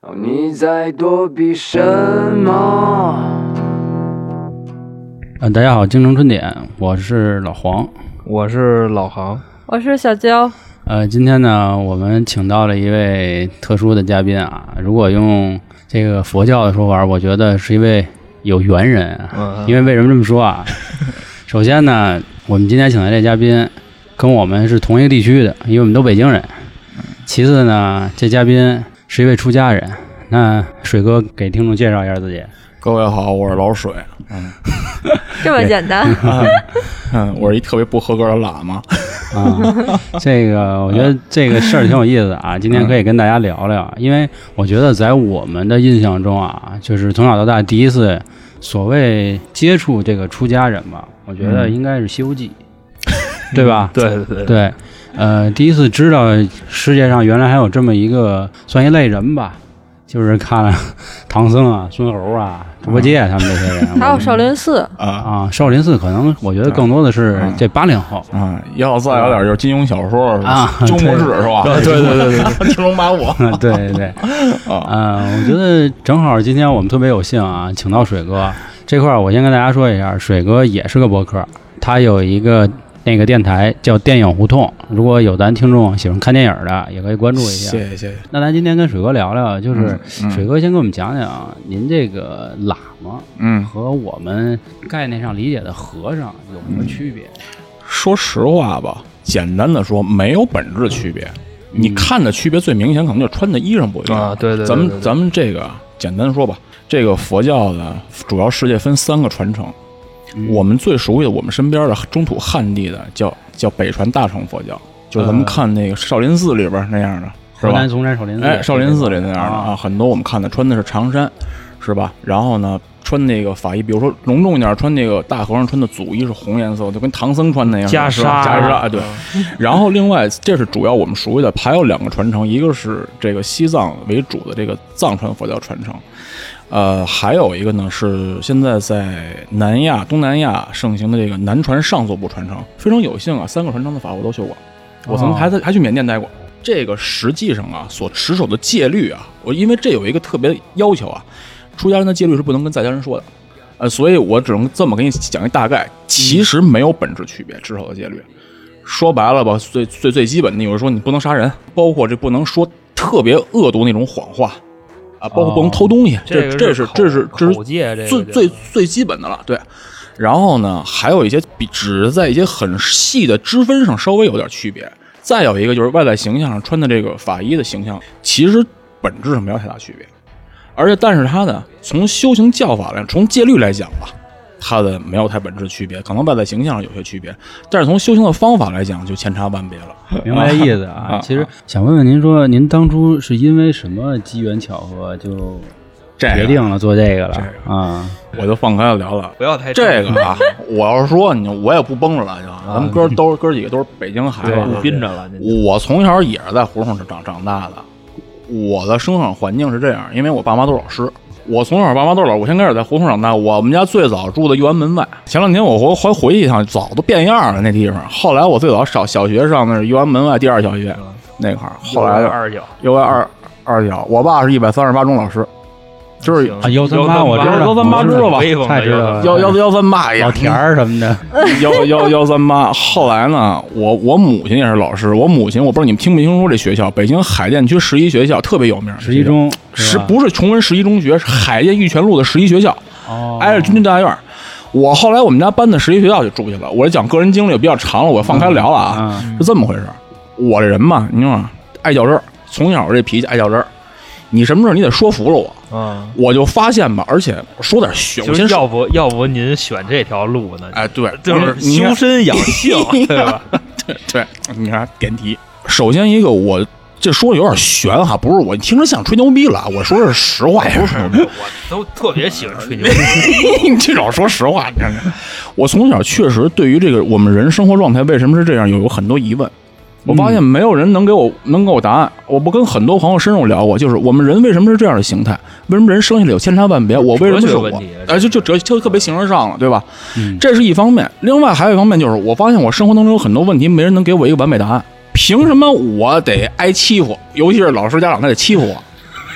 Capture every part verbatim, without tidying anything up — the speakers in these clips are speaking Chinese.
哦，你在躲避什么？ 呃，大家好，京城春点，我是老黄， 我是老航， 我是小娇。 呃，今天呢，我们请到了一位特殊的嘉宾啊。如果用这个佛教的说法，我觉得是一位有缘人啊。 嗯、 因为为什么这么说啊？首先呢，我们今天请来这嘉宾跟我们是同一个地区的，因为我们都北京人。其次呢，这嘉宾是一位出家人。那水哥给听众介绍一下自己。 各位好，我是老水。嗯， 这么简单。 嗯，我是一特别不合格的喇嘛。 啊，这个我觉得这个事儿挺有意思的啊，今天可以跟大家聊聊，因为我觉得在我们的印象中啊，就是从小到大第一次所谓接触这个出家人吧，我觉得应该是《西游记》，嗯、对吧？ 对对对对，呃，第一次知道世界上原来还有这么一个算一类人吧。就是看了唐僧啊、孙猴啊、猪八戒他们这些人， 还有少林寺啊啊，少林寺可能我觉得更多的是这八零后啊，要再有点就是金庸小说啊， 鸠摩智是吧？ 对对对对， 天龙八部， 对对对啊，我觉得正好今天我们特别有幸啊，请到水哥这块儿，我先跟大家说一下，水哥也是个播客，他有一个。那个电台叫电影胡同，如果有咱听众喜欢看电影的，也可以关注一下。 谢谢谢谢。 那咱今天跟水哥聊聊，就是嗯嗯、 水哥先跟我们讲讲您这个喇嘛， 嗯， 和我们概念上理解的和尚有什么区别？ 嗯、说实话吧，简单的说，没有本质区别。你看的区别最明显，可能就穿的衣裳不一样啊。对 对, 对, 对, 对， 咱们咱们这个简单说吧，这个佛教的主要世界分三个传承。嗯、我们最熟悉的，我们身边的中土汉地的叫叫北传大乘佛教，就是咱们看那个少林寺里边那样的，是吧？ 河南嵩山少林寺， 哎，少林寺里那样的啊， 啊很多我们看的穿的是长衫，是吧？然后呢，穿那个法衣，比如说隆重一点，穿那个大和尚穿的祖衣是红颜色，就跟唐僧穿那样， 袈裟袈裟啊，对。然后另外，这是主要我们熟悉的，还有两个传承，一个是这个西藏为主的这个藏传佛教传承。呃，还有一个呢是现在在南亚、东南亚盛行的这个南传上座部传承，非常有幸啊，三个传承的法我都修过，我曾经还在还去缅甸待过。这个实际上啊，所持守的戒律啊，我因为这有一个特别要求啊，出家人的戒律是不能跟在家人说的，呃，所以我只能这么给你讲一大概，其实没有本质区别，持守的戒律。说白了吧，最最最基本的，有人说你不能杀人，包括这不能说特别恶毒那种谎话。啊，包括不能偷东西， 哦、 这这是这是这是最最最基本的了，对。然后呢，还有一些比只是在一些很细的支分上稍微有点区别。再有一个就是外在形象上穿的这个法衣的形象，其实本质上没有太大区别。而且，但是它呢，从修行教法来，从戒律来讲吧，它的没有太本质区别，可能外在形象上有些区别，但是从修行的方法来讲，就千差万别了。 明白意思啊？其实想问问您说，您当初是因为什么机缘巧合就决定了做这个了、 这个、 啊？ 我就放开了聊了， 不要太这个啊！我要是说你，我也不绷着了，就咱们哥都哥几个都是北京孩子， 憋着了。 我从小也是在胡同长长大的，我的生长环境是这样，因为我爸妈都是老师。我从小爸妈都是老师，我先开始在胡同长大。我们家最早住的右安门外，前两天我回还回去一趟，早都变样了那地方。后来我最早小小学上的是右安门外第二小学那块儿，后来二角右安二二角。我爸是一百三十八中老师，就是啊幺三八，我知道幺三八知道吧？ 太知道了， 幺幺幺三八老田儿什么的， 幺幺幺三八。后来呢，我我母亲也是老师，我母亲我不知道你们听没听说这学校，北京海淀区十一学校特别有名， 十一中。 是不是崇文十一中学？是海淀玉泉路的十一学校， 哦， 挨着军区大院。我后来我们家搬到十一学校就住去了。我这讲个人经历比较长了，我放开聊了啊， 嗯嗯、 是这么回事。我这人嘛，你说爱较真儿，从小这脾气爱较真儿。你什么事你得说服了我， 嗯， 我就发现吧，而且说点玄， 就是要不要不您选这条路呢？ 哎，对， 就是修身养性，对吧？ 对对，你看点题。首先一个我。这说的有点玄哈，不是我听着像吹牛逼了，我说的是实话，不是我都特别喜欢吹牛逼。 你至少说实话，你看看，我从小确实对于这个我们人生活状态为什么是这样有有很多疑问。我发现没有人能给我能给我答案。我不跟很多朋友深入聊过，就是我们人为什么是这样的形态？为什么人生下来有千差万别？我为什么是我？哎，就就哲就特别形而上了，对吧？ 嗯， 这是一方面。另外还有一方面就是，我发现我生活当中有很多问题，没人能给我一个完美答案。凭什么我得挨欺负？尤其是老师家长，他得欺负我。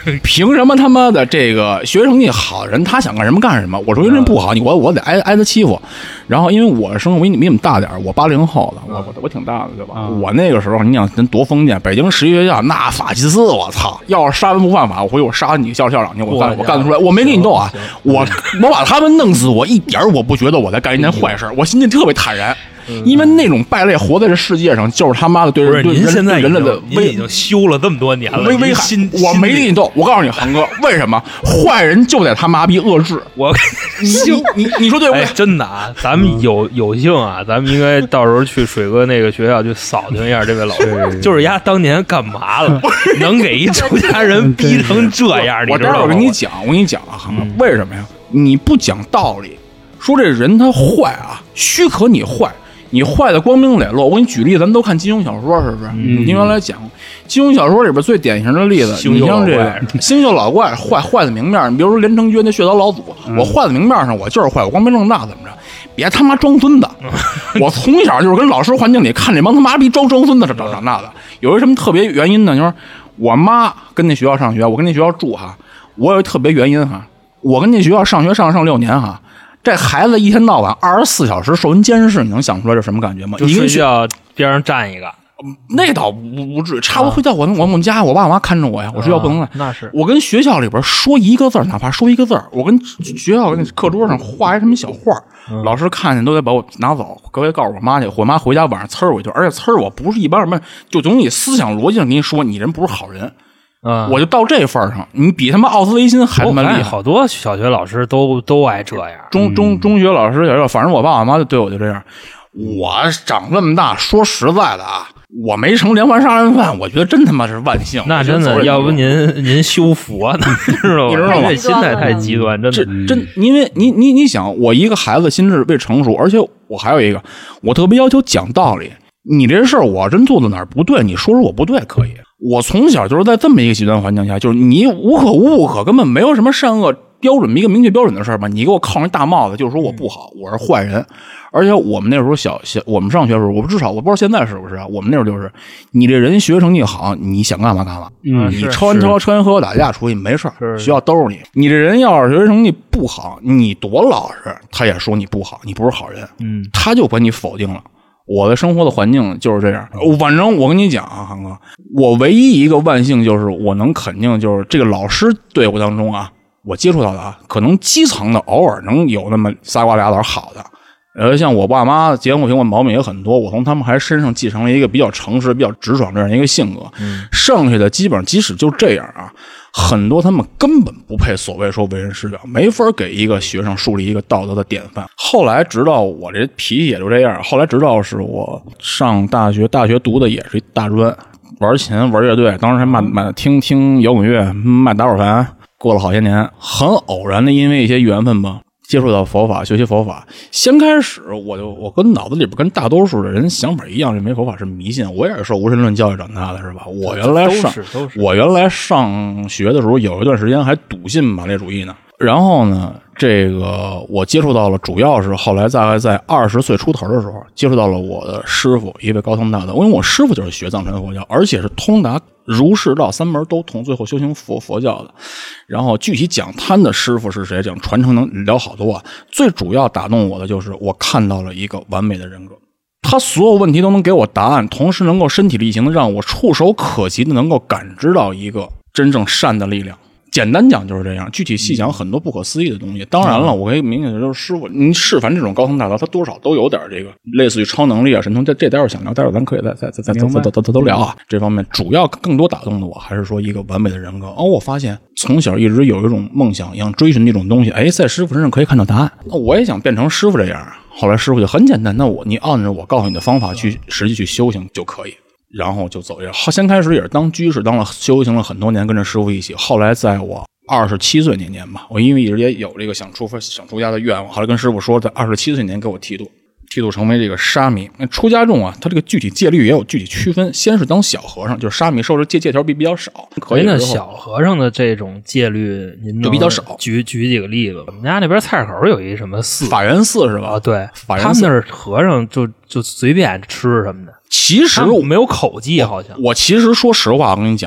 凭什么他妈的这个学习成绩好的人他想干什么干什么？我说人不好，你我我得挨挨他欺负。然后因为我生活比你比你们大点我八零后的，我我我挺大的对吧？嗯、我那个时候你想人多封建，北京实习学校那法西斯，我操！要是杀人不犯法，我回去我杀你校校长去，我干我干得出来，我没跟你斗啊，我我把他们弄死，我一点我不觉得我在干一件坏事，我心里特别坦然。因为那种败类活在这世界上，就是他妈的对人对人对人类的危， 已经修了这么多年了， 危危害。我没跟你斗，我告诉你，航哥，为什么坏人就得他妈逼遏制？ 我你你你说对不对？ 哎、真的啊，咱们有有幸啊，咱们应该到时候去水哥那个学校去扫听一下这位老师，就是丫当年干嘛了，能给一出家人逼成这样？ 我待会儿跟你讲，我跟你讲啊，航哥，为什么呀？你不讲道理，说这人他坏啊，许可你坏。你坏的光明磊落，我给你举例子，咱们都看金庸小说，是不是？嗯、您原来讲过金庸小说里边最典型的例子，你像这个星宿老怪坏坏的明面，你比如说连城诀那血刀老祖，嗯、我坏的明面上我就是坏，我光明正大怎么着？别他妈装孙子！我从小就是跟老师环境里看这帮他妈逼装装孙子长长大的。有一个什么特别原因呢？就是我妈跟那学校上学，我跟那学校住哈，我有一特别原因哈，我跟那学校上学上上六年哈。这孩子一天到晚二十四小时受人监视，你能想出来这什么感觉吗？ 就睡觉边上站一个， 那倒不不至于，差不多睡觉我我们家我爸我妈看着我呀，我睡觉不能赖、啊。 那是我跟学校里边说一个字，哪怕说一个字，我跟学校跟课桌上画一什么小画，嗯、老师看见都得把我拿走，隔夜告诉我妈去，我妈回家晚上呲我一顿，而且呲我不是一般什么，就从你思想逻辑上跟你说，你人不是好人。嗯、我就到这份上，你比他妈奥斯维辛还他妈厉害。 好多小学老师都都爱这样， 中中中学老师也是，反正我爸我妈就对我就这样。我长这么大，说实在的啊，我没成连环杀人犯，我觉得真他妈是万幸。 那真的，要不您您修佛呢？知道吗？ 你知道吗？ 心态太极端，真的真真，因为你你你想，我一个孩子心智未成熟，而且我还有一个，我特别要求讲道理。你这事儿我真做的哪儿不对，你说说我不对可以。我从小就是在这么一个极端环境下，就是你无可无不可，根本没有什么善恶标准，一个明确标准的事儿吧。你给我扣上大帽子，就是说我不好，我是坏人。而且我们那时候小小，我们上学的时候，我不至少我不知道现在是不是啊。我们那时候就是，你这人学习成绩好，你想干嘛干嘛。嗯，你抽完抽抽完喝酒打架出去没事儿，学校兜着你。你这人要是学习成绩不好，你多老实，他也说你不好，你不是好人。嗯，他就把你否定了。我的生活的环境就是这样，反正我跟你讲啊，航哥，我唯一一个万幸就是我能肯定，就是这个老师队伍当中啊，我接触到的啊，可能基层的偶尔能有那么仨瓜俩枣好的，呃，像我爸妈结婚行为毛病也很多，我从他们还身上继承了一个比较诚实、比较直爽这样一个性格，嗯，剩下的基本上即使就这样啊。很多他们根本不配所谓说为人师表，没法给一个学生树立一个道德的典范。后来直到我这脾气也就这样，后来直到是我上大学，大学读的也是一大专，玩琴玩乐队，当时还卖卖听听摇滚乐，卖打火盘，过了好些年，很偶然的因为一些缘分吧。接触到佛法，学习佛法。先开始，我就我跟脑子里边跟大多数的人想法一样，认为佛法是迷信。我也是受无神论教育长大的，是吧？我原来上我原来上学的时候，有一段时间还笃信马列主义呢。然后呢，这个我接触到了，主要是后来大概在二十岁出头的时候，接触到了我的师傅，一位高僧大德。因为我师傅就是学藏传佛教，而且是通达儒释道三门都通，最后修行佛佛教的。然后具体讲他的师傅是谁，讲传承能聊好多啊。最主要打动我的就是我看到了一个完美的人格，他所有问题都能给我答案，同时能够身体力行的让我触手可及的能够感知到一个真正善的力量。简单讲就是这样，具体细讲很多不可思议的东西。当然了，我可以明显的就是师傅，您是凡这种高僧大德，他多少都有点这个类似于超能力啊、神通。这这待会儿想聊，待会儿咱可以再再再再再再再都聊啊。这方面主要更多打动的我还是说一个完美的人格。哦，我发现从小一直有一种梦想一样追寻那种东西，哎，在师傅身上可以看到答案。那我也想变成师傅这样。后来师傅就很简单，那我你按照我告诉你的方法去实际去修行就可以。然后就走这样。先开始也是当居士，当了修行了很多年，跟着师傅一起。后来在我二十七岁那年吧，我因为一直也有这个想出发、想出家的愿望，后来跟师傅说，在二十七岁那年给我剃度，剃度成为这个沙弥。那出家众啊，他这个具体戒律也有具体区分。先是当小和尚，就是沙弥受的戒戒条比比较少。可以那小和尚的这种戒律，您就比较少。 举举几个例子，我们家那边菜市口有一什么寺， 法源寺是吧？ 啊，对， 法源寺他们那儿和尚就就随便吃什么的。 其实我没有口技，好像。 我其实说实话，我跟你讲啊，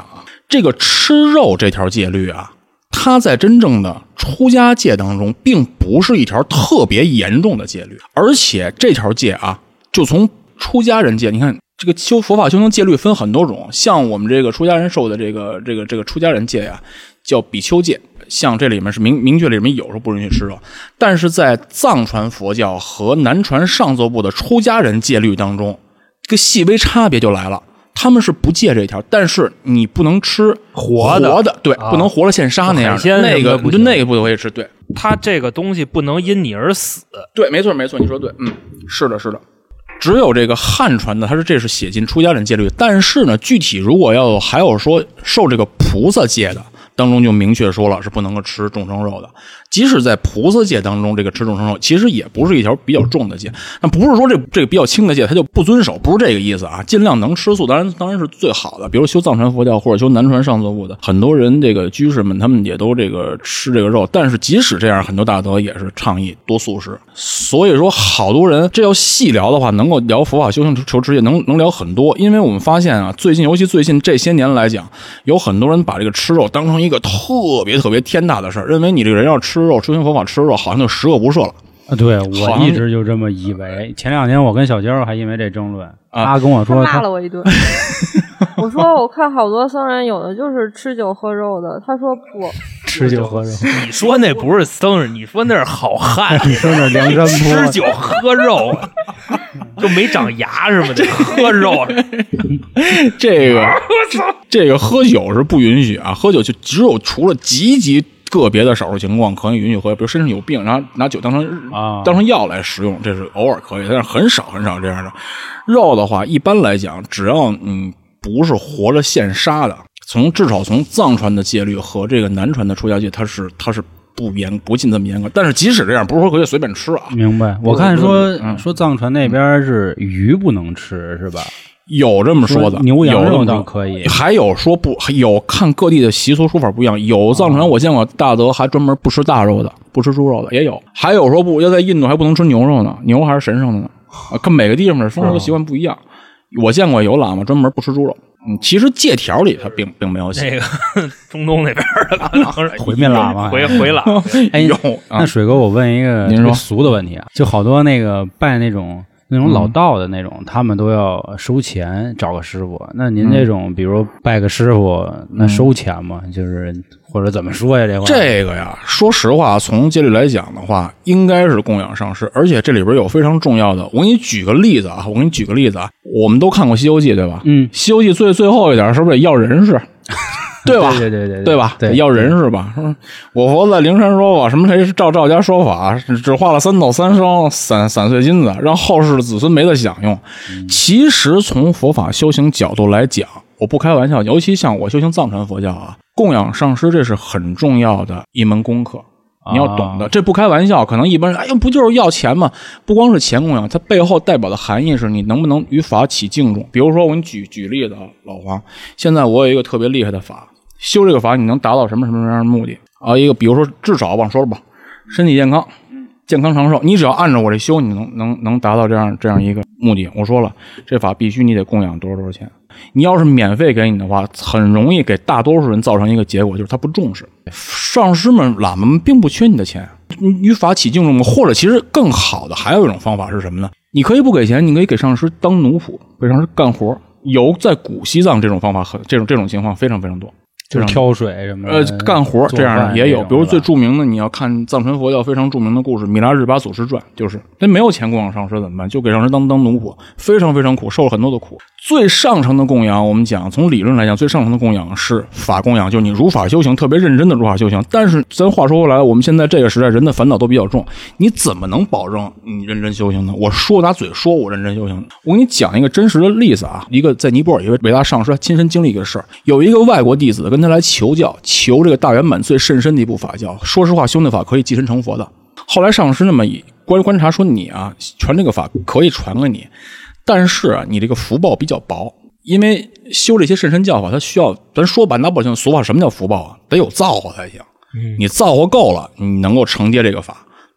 这个吃肉这条戒律啊，它在真正的出家戒当中并不是一条特别严重的戒律，而且这条戒啊，就从出家人戒，你看这个修佛法修行戒律分很多种，像我们这个出家人受的这个这个这个出家人戒呀，叫比丘戒，像这里面是明明确里面有说不允许吃肉，但是在藏传佛教和南传上座部的出家人戒律当中，这个细微差别就来了。他们是不戒这条，但是你不能吃活的， 活的对、啊，不能活了现杀那样的，那个就那个不可以吃。对， 它这个东西不能因你而死。 对，没错没错，你说对，嗯，是的，是的。只有这个汉传的，它是这是写进出家人戒律，但是呢，具体如果要还有说受这个菩萨戒的当中，就明确说了是不能够吃众生肉的。即使在菩萨戒当中，这个吃众生肉其实也不是一条比较重的戒，那不是说这这个比较轻的戒他就不遵守，不是这个意思啊。尽量能吃素，当然当然是最好的。比如修藏传佛教或者修南传上座部的，很多人这个居士们他们也都这个吃这个肉，但是即使这样，很多大德也是倡议多素食。所以说，好多人这要细聊的话，能够聊佛法修行求持戒，能能聊很多。因为我们发现啊，最近尤其最近这些年来讲，有很多人把这个吃肉当成一个特别特别天大的事儿，认为你这个人要吃肉修行佛法吃肉好像就十恶不赦了啊！对，我一直就这么以为。前两天我跟小娇还因为这争论，啊、他跟我说他骂了我一顿。我说我看好多僧人有的就是吃酒喝肉的，他说不吃酒喝肉。 你说那不是僧人，你说那是好汉， 你说那梁山泊吃酒喝肉，就没长牙是吗？这喝肉， 这个这个喝酒是不允许啊，喝酒就只有除了极极个别的少数情况可以允许喝，比如身上有病，然后拿酒当成、啊、当成药来使用，这是偶尔可以，但是很少很少这样的。肉的话，一般来讲，只要嗯不是活着现杀的，从至少从藏传的戒律和这个南传的出家戒，它是它是不严不进这么严格。但是即使这样，不是说可以随便吃啊。 明白？我看说、嗯、说藏传那边是鱼不能吃，是吧？ 有这么说的， 牛羊肉倒可以， 还有说不，有看各地的习俗说法不一样。有藏传我见过大德还专门不吃大肉的，不吃猪肉的也有。还有说不要在印度还不能吃牛肉呢，牛还是神圣的呢。啊，看每个地方的风俗习惯不一样。我见过有喇嘛专门不吃猪肉。嗯，其实戒条里它并并没有写。 那个中东那边的回面喇嘛， 回回喇嘛。 哎，有。那水哥，我问一个您说俗的问题啊，就好多那个拜那种。那种老道的那种、嗯、他们都要收钱找个师傅，那您这种、嗯、比如拜个师傅那收钱吗、嗯、就是或者怎么说呀这话这个呀说实话从戒律来讲的话应该是供养上师，而且这里边有非常重要的，我给你举个例子啊，我给你举个例子啊，我们都看过西游记对吧？嗯，西游记最最后一点是不是得要人事对吧？ 对对对 对, 对吧？ 对， 要人是吧？我佛在灵山说法，什么谁是照赵家说法，只画了三斗三升散散碎金子，让后世的子孙没得享用。嗯、其实从佛法修行角度来讲，我不开玩笑，尤其像我修行藏传佛教啊，供养上师这是很重要的一门功课。你要懂得，这不开玩笑。可能一般人哎呦，不就是要钱吗？不光是钱供养，它背后代表的含义是你能不能与法起敬重。比如说，我给你举举例子啊，老黄，现在我有一个特别厉害的法，修这个法你能达到什么什么什么样的目的啊？一个比如说，至少往说吧，身体健康，健康长寿，你只要按照我这修，你能能能达到这样这样一个目的。我说了，这法必须你得供养多少多少钱。你要是免费给你的话，很容易给大多数人造成一个结果，就是他不重视。上师们、喇嘛们并不缺你的钱，与法起敬重吗？或者其实更好的还有一种方法是什么呢？你可以不给钱，你可以给上师当奴仆，给上师干活。有在古西藏这种方法很这种这种情况非常非常多。 就是挑水什么的， 呃，干活这样的也有，比如最著名的，你要看藏传佛教非常著名的故事《米拉日巴祖师传》，就是那没有钱供养上师怎么办？就给上师当当奴仆，非常非常苦，受了很多的苦。最上乘的供养，我们讲从理论来讲，最上乘的供养是法供养，就是你如法修行，特别认真的如法修行。但是咱话说回来，我们现在这个时代人的烦恼都比较重，你怎么能保证你认真修行呢？我说拿嘴说我认真修行，我给你讲一个真实的例子啊，一个在尼泊尔一位伟大上师亲身经历一个事儿，有一个外国弟子跟他来求教，求这个大圆满最甚深的一部法教。说实话，修那法可以寄身成佛的。后来上师那么观观察说，你啊传这个法可以传给你，但是啊你这个福报比较薄，因为修这些甚深教法，它需要咱说吧，拿不清俗话，什么叫福报啊？得有造化才行。你造化够了，你能够承接这个法。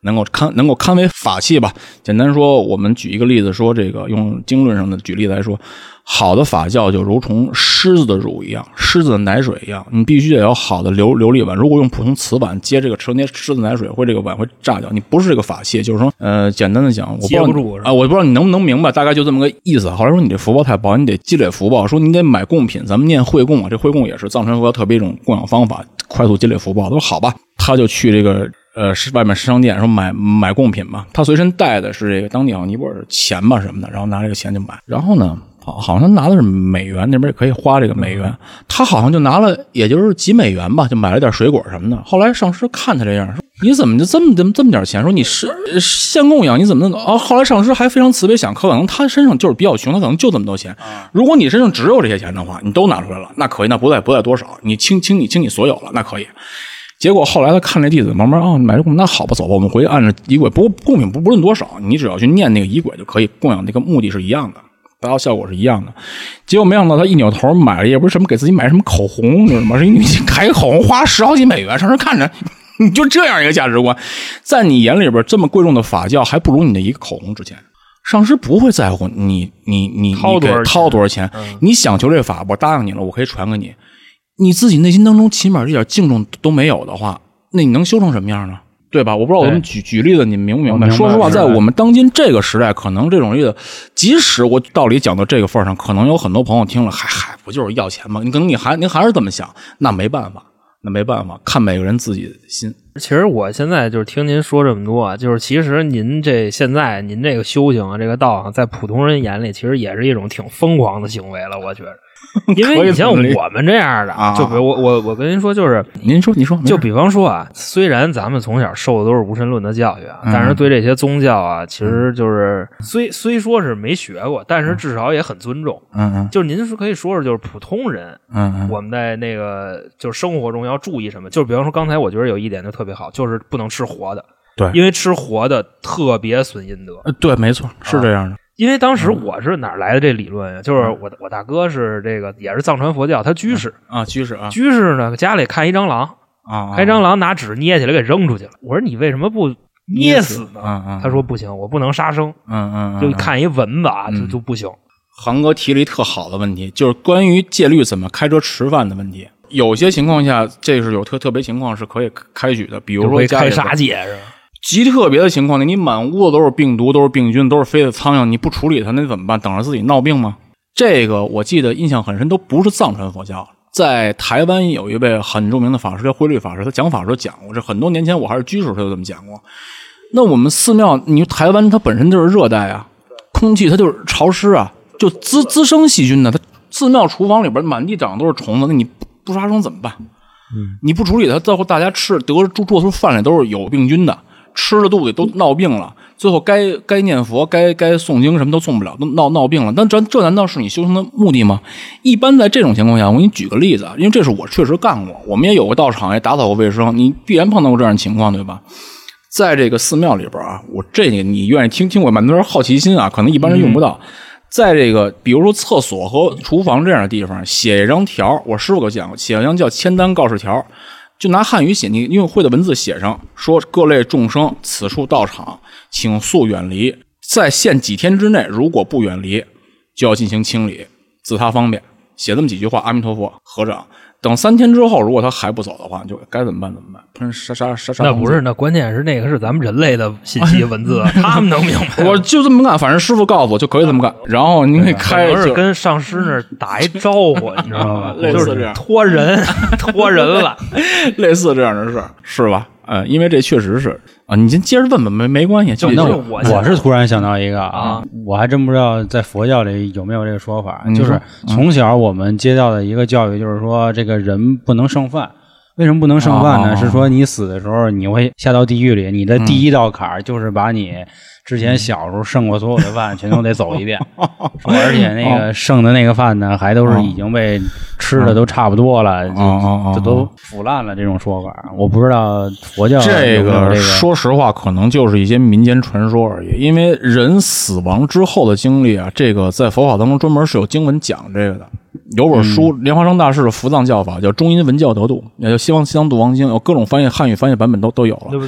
能够堪能够堪为法器吧。简单说，我们举一个例子说，这个用经论上的举例来说，好的法教就如同狮子的乳一样，狮子的奶水一样，你必须得有好的琉琉璃碗。如果用普通瓷碗接这个成年狮子奶水，会这个碗会炸掉。你不是这个法器，就是说，呃，简单的讲，我不知道接不住啊，我不知道你能不能明白，大概就这么个意思。后来说你这福报太薄，你得积累福报，说你得买贡品，咱们念会供啊，这会供也是藏传佛教特别一种供养方法，快速积累福报。他说好吧，他就去这个。呃，是外面商店说买买贡品嘛，他随身带的是这个当地好像尼泊尔钱吧什么的，然后拿这个钱就买。然后呢，好好像拿的是美元，那边也可以花这个美元，他好像就拿了也就是几美元吧，就买了点水果什么的。后来上师看他这样，说你怎么就这么这么这么点钱？说你是献供养，你怎么能啊？后来上师还非常慈悲想，可能他身上就是比较穷，他可能就这么多钱。如果你身上只有这些钱的话，你都拿出来了，那可以，那不在不在多少，你清清你清你所有了，那可以。结果后来他看这弟子慢慢啊，买这供，那好吧，走吧，我们回去按照仪轨。不过贡品不不论多少，你只要去念那个仪轨就可以，供养那个目的是一样的，达到效果是一样的。结果没想到他一扭头买了，也不是什么给自己买什么口红，你知道吗？是一女性开口红花十好几美元，上这看着你就这样一个价值观，在你眼里边这么贵重的法教，还不如你的一个口红值钱。上师不会在乎你你你掏多少钱， 掏多少钱，嗯、你想求这法，我答应你了，我可以传给你。你自己内心当中起码这点敬重都没有的话，那你能修成什么样呢？对吧？我不知道我们举举例子，你明不明白？说实话，在我们当今这个时代，可能这种例子，即使我道理讲到这个份上，可能有很多朋友听了，嗨嗨，不就是要钱吗？你可能你还您还是这么想，那没办法，那没办法，看每个人自己的心。 其实我现在就是听您说这么多啊，就是其实您这现在您这个修行啊，这个道行，在普通人眼里，其实也是一种挺疯狂的行为了，我觉得。因为你像我们这样的，就比如我我我跟您说，就是您说你说， 就比方说啊，虽然咱们从小受的都是无神论的教育啊，嗯、但是对这些宗教啊，其实就是虽虽说是没学过，但是至少也很尊重。 嗯嗯， 就是您是可以说是就是普通人， 嗯嗯， 我们在那个就是生活中要注意什么？就是比方说刚才我觉得有一点就特别好，就是不能吃活的， 对， 因为吃活的特别损阴德。 呃，对，没错，是这样的。 啊因为当时我是哪来的这理论呀？就是我我大哥是这个也是藏传佛教，他居士啊，居士啊， 居士呢家里看一蟑螂啊， 看一蟑螂拿纸捏起来给扔出去了。我说你为什么不捏死呢？ 嗯嗯， 他说不行，我不能杀生。 嗯嗯， 就看一蚊子啊，就就不行。 航哥提了一特好的问题，就是关于戒律怎么开车吃饭的问题。有些情况下，这是有特特别情况是可以开举的，比如说开杀戒是吧？ 极特别的情况呢，你满屋子都是病毒，都是病菌，都是飞的苍蝇，你不处理它，那怎么办？等着自己闹病吗？这个我记得印象很深，都不是藏传佛教，在台湾有一位很著名的法师叫慧律法师，他讲法时候讲过，这很多年前我还是居士，他就这么讲过。那我们寺庙，你台湾它本身就是热带啊，空气它就是潮湿啊，就滋滋生细菌呢。它寺庙厨房里边满地长都是虫子，那你不杀生怎么办？ 嗯， 你不处理它，最后大家吃得做出饭来都是有病菌的。吃了肚子都闹病了，最后该该念佛、该该诵经什么都诵不了，都闹闹病了。但这这难道是你修行的目的吗？一般在这种情况下，我给你举个例子，因为这是我确实干过，我们也有个道场，也打扫过卫生，你必然碰到过这样的情况，对吧？在这个寺庙里边啊，我这个你愿意听听，我满多人好奇心啊，可能一般人用不到。嗯、在这个比如说厕所和厨房这样的地方，写一张条，我师傅给我讲过，写一张叫签单告示条。就拿汉语写，你用会的文字写上，说各类众生此处到场，请速远离，在限几天之内，如果不远离，就要进行清理，自他方便。写这么几句话，阿弥陀佛，合掌。等三天之后，如果他还不走的话，就该怎么办怎么办？喷杀杀杀杀！ 那不是，那关键是那个是咱们人类的信息文字，他们能明白。 我就这么干，反正师傅告诉我就可以这么干。然后您可以开， 可能是跟上师那儿打一招呼，你知道吗？ 类似这样， 托人，托人了， 类似这样的事儿，是吧？嗯，因为这确实是啊，你先接着问吧，没没关系。 就那我我是突然想到一个啊，我还真不知道在佛教里有没有这个说法，就是从小我们接到的一个教育，就是说这个人不能剩饭。为什么不能剩饭呢？是说你死的时候你会下到地狱里，你的第一道坎儿就是把你之前小时候剩过所有的饭全都得走一遍，说而且那个剩的那个饭呢，还都是已经被吃的都差不多了，就就都腐烂了。这种说法，我不知道佛教这个说实话，可能就是一些民间传说而已。因为人死亡之后的经历啊，这个在佛法当中专门是有经文讲这个的。有本书，莲花生大师的伏藏教法叫中阴文教得度，也叫西方西藏度王经，有各种翻译汉语翻译版本都都有了。 那不是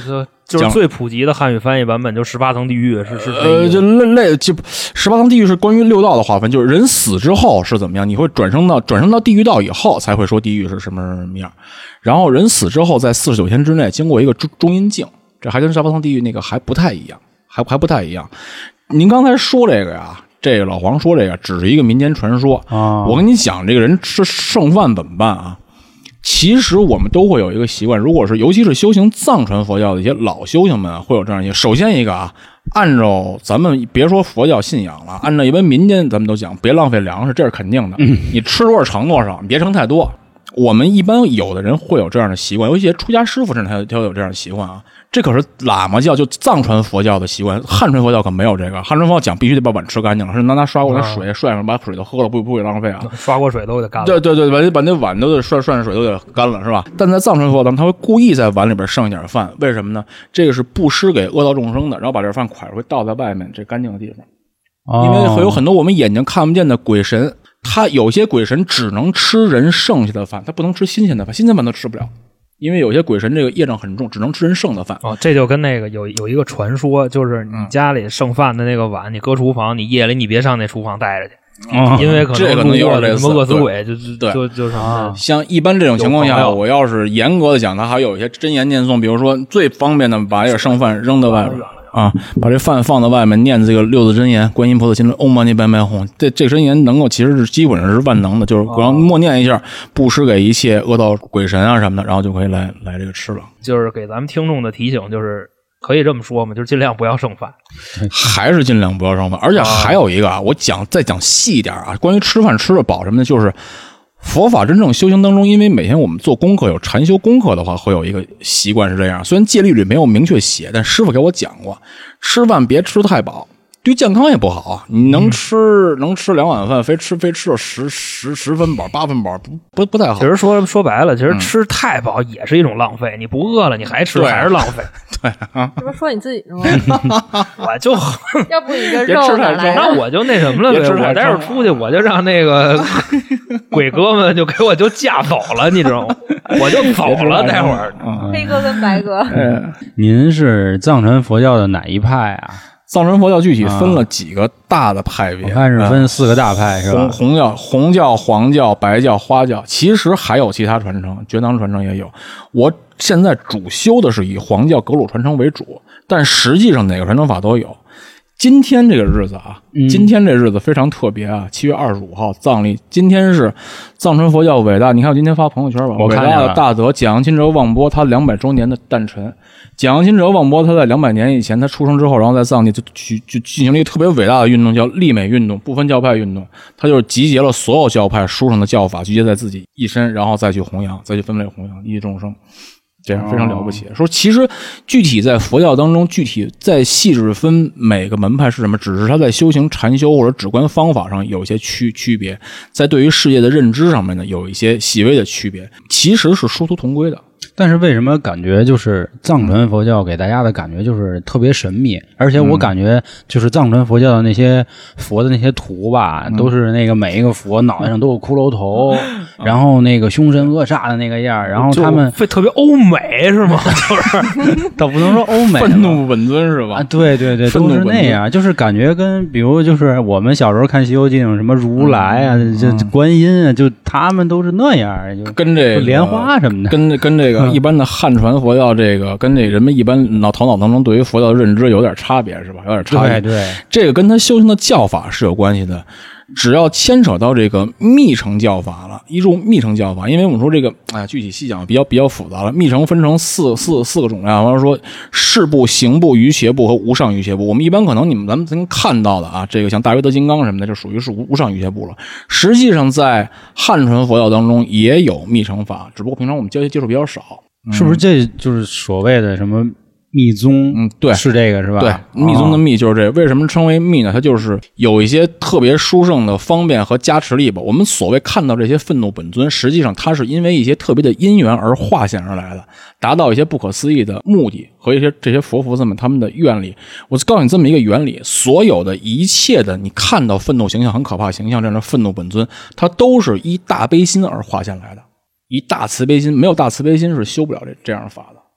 就是最普及的汉语翻译版本，就十八层地狱是是呃，就类类就十八层地狱是关于六道的划分，就是人死之后是怎么样，你会转生到转生到地狱道以后才会说地狱是什么什么样，然后人死之后在四十九天之内经过一个中中阴境，这还跟十八层地狱那个还不太一样，还还不太一样。您刚才说这个呀，这个老黄说这个只是一个民间传说啊，我跟你讲，这个人吃剩饭怎么办啊？其实我们都会有一个习惯，如果是尤其是修行藏传佛教的一些老修行们，会有这样一些。首先一个啊，按照咱们别说佛教信仰了，按照一般民间咱们都讲，别浪费粮食，这是肯定的。嗯、你吃多少盛多少，你别盛太多。我们一般有的人会有这样的习惯，尤其出家师傅甚至他他有这样的习惯啊。这可是喇嘛教就藏传佛教的习惯，汉传佛教可没有这个。汉传佛教讲必须得把碗吃干净了，是拿拿刷过来水涮上，把水都喝了，不不会浪费啊。 刷过水都得干了。 对对对，把把那碗都得涮涮水都得干了，是吧？但在藏传佛教，他会故意在碗里边剩一点饭，为什么呢？这个是布施给恶道众生的，然后把这饭蒯出来倒在外面这干净的地方。因为会有很多我们眼睛看不见的鬼神，他有些鬼神只能吃人剩下的饭，他不能吃新鲜的饭，新鲜饭都吃不了。因为有些鬼神这个业障很重，只能吃人剩的饭。 哦，这就跟那个有有一个传说，就是你家里剩饭的那个碗，你搁厨房，你夜里你别上那厨房待着去。嗯、因为可能这个能有点什么饿死鬼，就对， 就就什么。 像一般这种情况下，我要是严格的讲，它还有一些真言念诵，比如说最方便的，把这个剩饭扔到外边。啊，把这饭放在外面，念这个六字真言，观音菩萨心中，唵嘛呢叭咪吽，这这真言能够其实是基本上是万能的，就是光默念一下，布施给一切恶道鬼神啊什么的，然后就可以来来这个吃了。 就是给咱们听众的提醒，就是可以这么说嘛，就是尽量不要剩饭， 还是尽量不要剩饭。而且还有一个啊，我讲再讲细一点啊，关于吃饭吃得饱什么的，就是。佛法真正修行当中，因为每天我们做功课有禅修功课的话，会有一个习惯是这样。虽然戒律里没有明确写，但师傅给我讲过，吃饭别吃太饱，对健康也不好。你能吃、嗯、能吃两碗饭，非吃非吃到十十十分饱、八分饱，不不不太好。 其实说说白了，其实吃太饱也是一种浪费。嗯、你不饿了，你还吃还是浪费。 对啊， 这不是说你自己是吗？ 我就要不你这肉哪来？ 那我就那什么了呗。我待会儿出去，我就让那个鬼哥们就给我就架走了，你知道吗？我就走了，待会儿。 黑哥跟白哥， 嗯、您是藏传佛教的哪一派啊？ 藏传佛教具体分了几个大的派别？ 我看是分四个大派，是吧？ 红红教、红教、黄教、白教、花教，其实还有其他传承，觉囊传承也有。我现在主修的是以黄教格鲁传承为主，但实际上哪个传承法都有。今天这个日子啊，嗯、今天这日子非常特别啊！七月二十五号藏历，今天是藏传佛教伟大，你看我今天发朋友圈吧， 我看伟大的大德讲钦哲旺波他两百周年的诞辰。讲钦哲旺波他在两百年以前他出生之后，然后在藏地就去就进行了一个特别伟大的运动，叫立美运动，不分教派运动。他就是集结了所有教派书上的教法，集结在自己一身，然后再去弘扬，再去分类弘扬，益众生。这样非常了不起。说其实具体在佛教当中，具体在细致分每个门派是什么，只是他在修行禅修或者止观方法上有一些区区别，在对于世界的认知上面呢有一些细微的区别，其实是殊途同归的。 但是为什么感觉就是藏传佛教给大家的感觉就是特别神秘，而且我感觉就是藏传佛教的那些佛的那些图吧，嗯、都是那个每一个佛脑袋上都有骷髅头，嗯、然后那个凶神恶煞的那个样，然后他们特别欧美是吗？就是倒不能说欧美， 愤怒本尊是吧？ 啊，对对对，都是那样，就是感觉跟比如就是我们小时候看《西游记》那种什么如来啊、嗯、这观音啊，就他们都是那样，就跟这个莲花什么的， 跟跟这个。一般的汉传佛教，这个跟这人们一般脑头脑当中对于佛教的认知有点差别，是吧？有点差别。 对对， 这个跟他修行的教法是有关系的。只要牵扯到这个密乘教法了，一入密乘教法，因为我们说这个，哎呀，具体细讲比较比较复杂了。密乘分成四四四个种类，完了说事部、行部、瑜伽部和无上瑜伽部。我们一般可能你们咱们曾经看到的啊，这个像大约德金刚什么的，就属于是无无上瑜伽部了。实际上在汉传佛教当中也有密乘法，只不过平常我们接接触比较少。 是不是这就是所谓的什么密宗？ 嗯，对， 是这个是吧？ 对，密宗的密就是这个。为什么称为密呢？它就是有一些特别殊胜的方便和加持力吧。我们所谓看到这些愤怒本尊，实际上它是因为一些特别的因缘而化现而来的，达到一些不可思议的目的和一些这些佛菩萨们他们的愿力。我告诉你这么一个原理：所有的一切的你看到愤怒形象、很可怕形象这样的愤怒本尊，它都是依大悲心而化现来的。一大慈悲心，没有大慈悲心是修不了这这样的法的。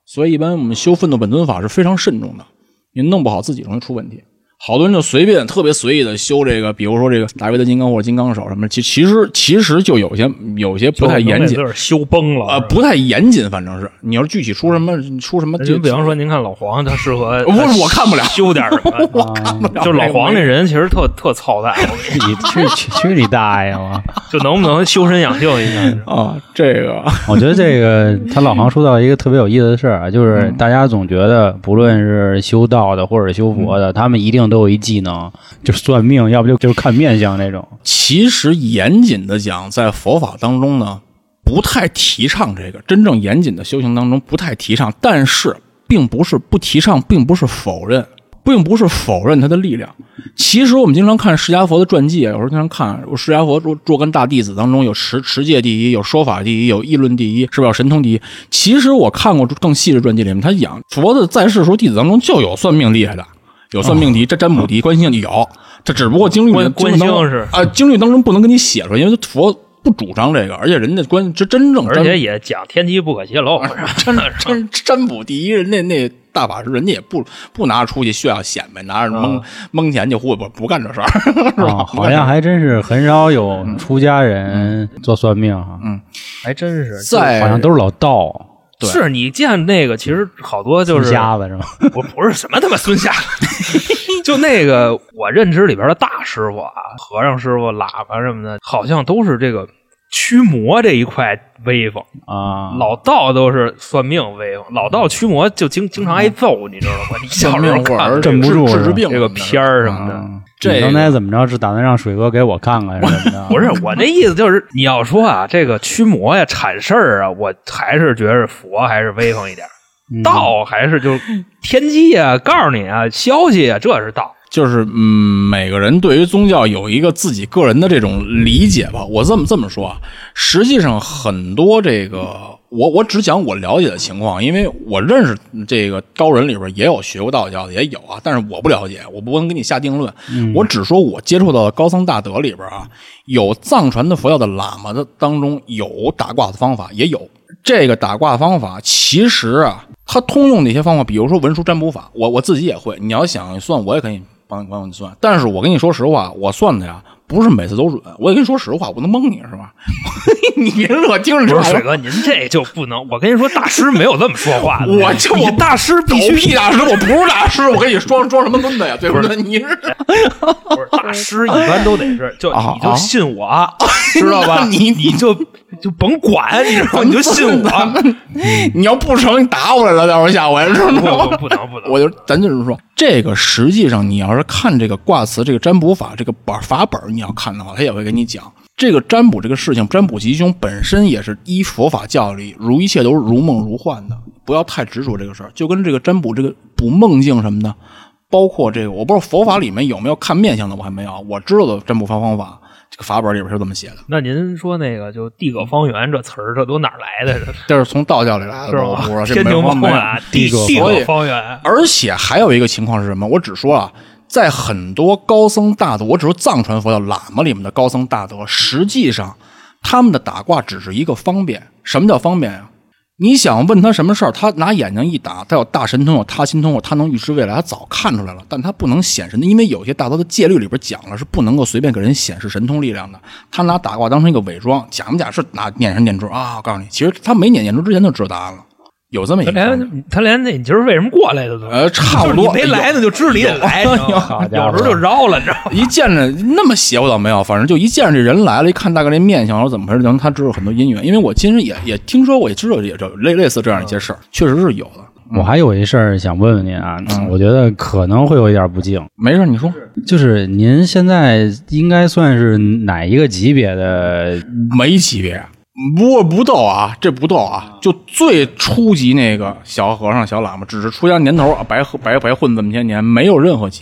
所以一般我们修奋斗本尊法是非常慎重的，你弄不好自己容易出问题。好多人就随便特别随意的修这个，比如说这个大卫的金刚或者金刚手什么的，其其实其实就有些有些不太严谨， 有点修崩了啊、 呃，不太严谨，反正是你要是具体出什么出什么， 就比方说您看老黄他适合， 不是我看不了修点什么， 我看不了， 就老黄这人其实特特操蛋， 你去去去你大爷吧！ 就能不能修身养性一下啊？这个我觉得这个他老黄说到一个特别有意思的事儿啊，就是大家总觉得不论是修道的或者修佛的，他们一定都有一技能。就是算命，要不就就是看面相那种。 其实严谨的讲，在佛法当中呢，不太提倡这个。真正严谨的修行当中不太提倡，但是并不是不提倡，并不是否认，并不是否认它的力量。其实我们经常看释迦佛的传记，有时候经常看释迦佛若干大弟子当中有持持戒第一，有说法第一，有议论第一，是不是有神通第一？其实我看过更细的传记里面，他讲佛的在世时候弟子当中就有算命厉害的。有算命题，这占卜题、观星题有，这只不过经律观观星是啊，经律当中不能给你写出来，因为佛不主张这个，而且人家观这真正， 而且也讲天机不可泄露， 真的真占卜第一人，那那大法师人家也不不拿出去炫耀显摆，拿着蒙、嗯、蒙钱就胡不不干这事儿、 哦，好像还真是很少有出家人做算命哈， 嗯， 还真是， 在好像都是老道。 是你见那个，其实好多就是瞎子是吗？ 我不是什么他妈孙瞎子，就那个我认知里边的大师傅啊，和尚师傅、喇叭什么的，好像都是这个驱魔这一块威风啊。 老道都是算命威风，老道驱魔就经经常挨揍，你知道吗？你小时候看镇不住治治病这个片儿什么的。 啊这刚才怎么着？是打算让水哥给我看看什么的？ 不是我那意思，就是你要说啊，这个驱魔呀、铲事儿啊，我还是觉得佛还是威风一点，嗯、道还是就是天机啊，告诉你啊，消息啊，这是道。 就是嗯，每个人对于宗教有一个自己个人的这种理解吧。我这么这么说啊，实际上很多这个，我我只讲我了解的情况，因为我认识这个高人里边也有学过道教的，也有啊，但是我不了解，我不能给你下定论。嗯、我只说我接触到的高僧大德里边啊，有藏传的佛教的喇嘛的当中有打卦的方法，也有这个打卦方法，其实啊，它通用的一些方法，比如说文书占卜法，我我自己也会。你要想算，我也可以。帮帮你算，但是我跟你说实话，我算的呀，不是每次都准。我也跟你说实话，我不能蒙你是吧？你别乐听着。 不是水哥，您这就不能。我跟你说，大师没有这么说话的。 我就我大师必须屁大师，我不是大师，我跟你装装什么孙子呀？对不对？你是不是大师？一般都得是，就你就信我，啊、知道吧？ 你你就就甭管，你知道吗？你就信我。 你要不成，你打我来了，待会儿下回是吗？ 不不能不能。 我就咱就是说，这个实际上你要是看这个卦辞、这个占卜法、这个本法本，你要看的话，他也会跟你讲这个占卜这个事情。占卜吉凶本身也是依佛法教理，如一切都是如梦如幻的，不要太执着这个事儿。就跟这个占卜这个卜梦境什么的，包括这个，我不知道佛法里面有没有看面相的，我还没有。我知道的占卜方方法。这个法本里边是这么写的。 那您说那个就地阁方圆这词儿，这都哪儿来的？ 这是从道教里来的， 是吧？ 天庭方圆，地地阁方圆。 而且还有一个情况是什么？我只说啊，在很多高僧大德，我只说藏传佛教喇嘛里面的高僧大德，实际上他们的打卦只是一个方便。什么叫方便啊？你想问他什么事儿，他拿眼睛一打，他有大神通，有他心通，他能预知未来，他早看出来了，但他不能显神，因为有些大德的戒律里边讲了，是不能够随便给人显示神通力量的。他拿打卦当成一个伪装，假不假是拿念神念珠啊？我告诉你，其实他没念念珠之前就知道答案了。有这么一个， 他连他连那你今儿为什么过来的都呃差不多， 就是、你没来呢就知道你得来，有时候就绕了，你知道吗？ 一见着那么邪乎倒没有，反正就一见着这人来了，一看大概这面相或怎么回事，能他知道很多因缘。因为我其实也也听说过，也知道也这类类似这样一些事儿，确实是有的。 我还有一事儿想问问您啊，嗯、我觉得可能会有一点不敬。 没事，你说。 就是您现在应该算是哪一个级别的？ 没级别。不不逗啊，这不逗啊！就最初级那个小和尚、小喇嘛，只是出家年头，白白白混这么些年，没有任何级别。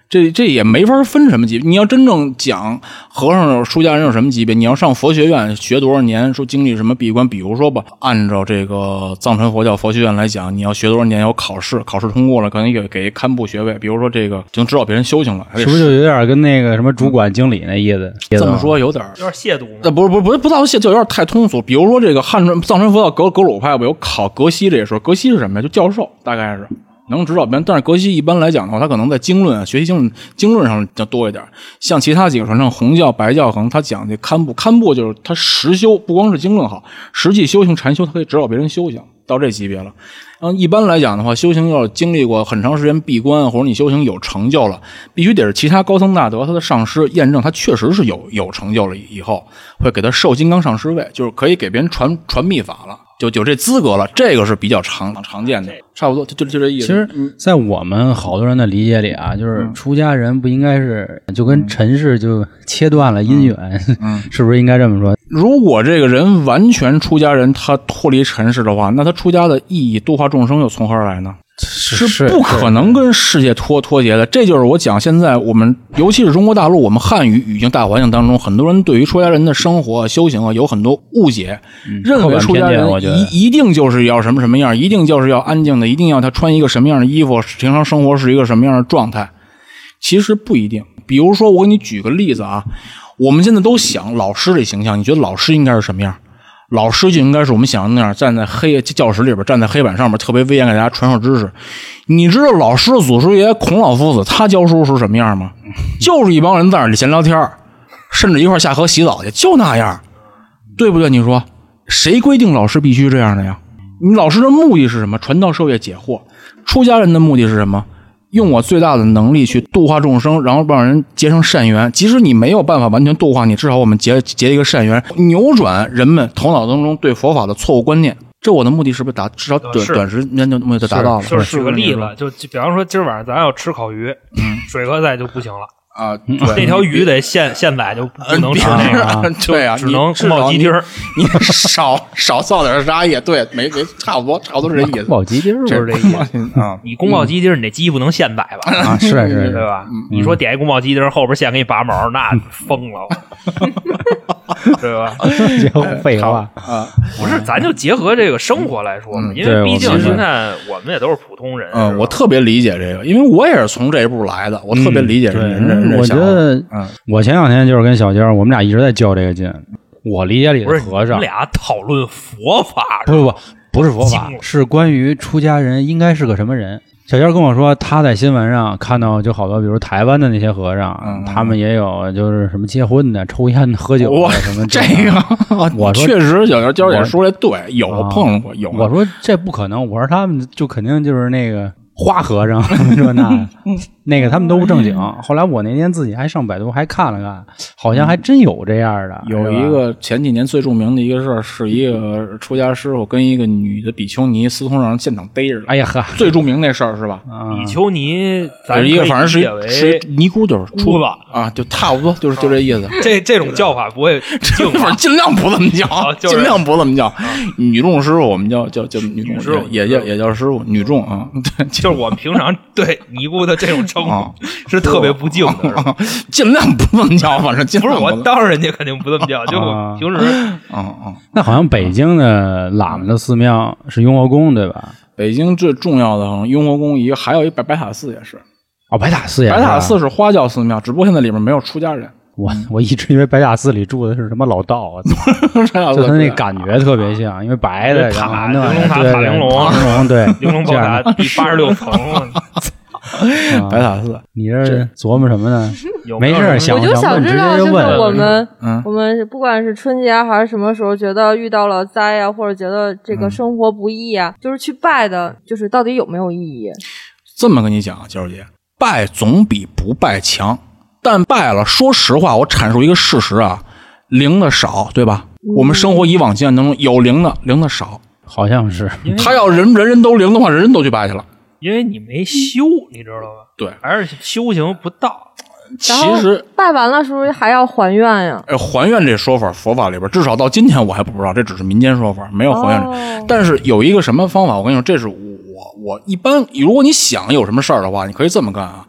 这这也没法分什么级别。你要真正讲和尚出家人有什么级别，你要上佛学院学多少年，说经历什么闭关，比如说吧，按照这个藏传佛教佛学院来讲，你要学多少年，有考试，考试通过了，可能给给堪布学位。比如说这个就能指导别人修行了， 是不是就有点跟那个什么主管经理那意思？ 这么说有点有点亵渎吗？ 那不是不是不是不到亵，就有点太通俗。比如说这个汉传藏传佛教格格鲁派吧，有考格西这一说，格西是什么呀？就教授，大概是。能指导别人，但是格西一般来讲的话，他可能在经论、学习经论、经论上就多一点。像其他几个传承，红教、白教，可能他讲这堪布，堪布就是他实修，不光是经论好，实际修行禅修，他可以指导别人修行，到这级别了。然后一般来讲的话，修行要经历过很长时间闭关，或者你修行有成就了，必须得是其他高僧大德他的上师验证他确实是有有成就了以后，会给他授金刚上师位，就是可以给别人传传秘法了。就有这资格了，这个是比较常常见的，差不多就就就这意思。 其实，在我们好多人的理解里啊，就是出家人不应该是就跟尘世就切断了姻缘，嗯，是不是应该这么说？ 如果这个人完全出家人，他脱离尘世的话，那他出家的意义度化众生又从何而来呢？是不可能跟世界脱脱节的。这就是我讲现在我们尤其是中国大陆我们汉语语境大环境当中，很多人对于出家人的生活修行啊有很多误解，嗯、认为出家人一一定就是要什么什么样，一定就是要安静的，一定要他穿一个什么样的衣服，平常生活是一个什么样的状态。其实不一定。比如说我给你举个例子啊，我们现在都想老师这形象，你觉得老师应该是什么样？老师就应该是我们想的那样，站在黑教室里边，站在黑板上面，特别威严，给大家传授知识。你知道老师的祖师爷孔老夫子他教书是什么样吗？就是一帮人在那里闲聊天，甚至一块下河洗澡去，就那样，对不对？你说谁规定老师必须这样的呀？你老师的目的是什么？传道授业解惑。出家人的目的是什么？用我最大的能力去度化众生，然后让人结成善缘。即使你没有办法完全度化你，至少我们结结一个善缘，扭转人们头脑当中对佛法的错误观念。这我的目的是不是达至少短短时间就就达到了？ 就是举个例子，就比方说今儿晚上咱要吃烤鱼，嗯，水哥在就不行了。 啊， 那条鱼得现现宰，就不能吃那个， 啊、对啊， 只能宫保鸡丁。 你少少造点沙叶，对，没没差不多，差不多是这意思。 宫保鸡丁就是这意思啊。你宫保鸡丁，你那鸡不能现宰吧？ 啊，是是， 对吧？你说点一宫保鸡丁，后边现给你拔毛，那疯了，对吧？ 废话啊， 不是，咱就结合这个生活来说嘛，因为毕竟现在我们也都是普通人。 嗯，我特别理解这个，因为我也是从这一步来的，我特别理解人人。 我觉得，嗯，我前两天就是跟小娇，我们俩一直在较这个劲。我理解里的和尚， 我们俩讨论佛法， 不不不，不是佛法，是关于出家人应该是个什么人。小娇跟我说，他在新闻上看到就好多，比如台湾的那些和尚，嗯、他们也有就是什么结婚的、抽烟的、喝酒的什么这个。我说确实，小娇娇姐说的对，有碰过，有。 我说这不可能，我说他们就肯定就是那个。花和尚说那那个他们都不正经。后来我那天自己还上百度还看了看，好像还真有这样的。 有一个前几年最著名的一个事儿，是一个出家师傅跟一个女的比丘尼私通，让人现场逮着了。 哎呀呵， 最著名那事儿是吧？ 比丘尼，咱一个反正是是尼姑，就是出吧啊，就差不多就是就这意思。 这这种叫法不会， 反正尽量不这么叫，尽量不这么叫。女众师傅我们叫叫叫女众师傅，也叫也叫师傅，女众啊，对。 就是我们平常对尼姑的这种称呼是特别不敬的， 啊、尽量不这么叫，反正尽不是我当着人家肯定不这么叫，就平时啊啊。 那好像北京的喇嘛的寺庙是雍和宫对吧？ 北京最重要的雍和宫一个，还有一白白塔寺也是。 哦，白塔寺也是。 白塔寺是花教寺庙，只不过现在里面没有出家人。 我我一直以为白塔寺里住的是什么老道啊，就他那感觉特别像，因为白的，然后玲珑塔、塔玲珑、 玲珑对， 玲珑宝塔第八十六层。 白塔寺， 你这琢磨什么呢？没事，想我就想知道，就是我们， 嗯、 我们不管是春节还是什么时候，觉得遇到了灾啊，或者觉得这个生活不易啊，嗯、就是去拜的，就是到底有没有意义？ 这么跟你讲，娇姐，拜总比不拜强。但拜了，说实话，我阐述一个事实啊，灵的少，对吧？嗯、我们生活以往经验当中有灵的，灵的少， 好像是。 他要人人人都灵的话，人人都去拜去了。 因为你没修，你知道吧？ 对， 还是修行不到。 其实拜完了是不是还要还愿呀？ 哎，还愿这说法，佛法里边至少到今天我还不知道，这只是民间说法，没有还愿。哦、但是有一个什么方法，我跟你说，这是我我一般，如果你想有什么事儿的话，你可以这么干啊。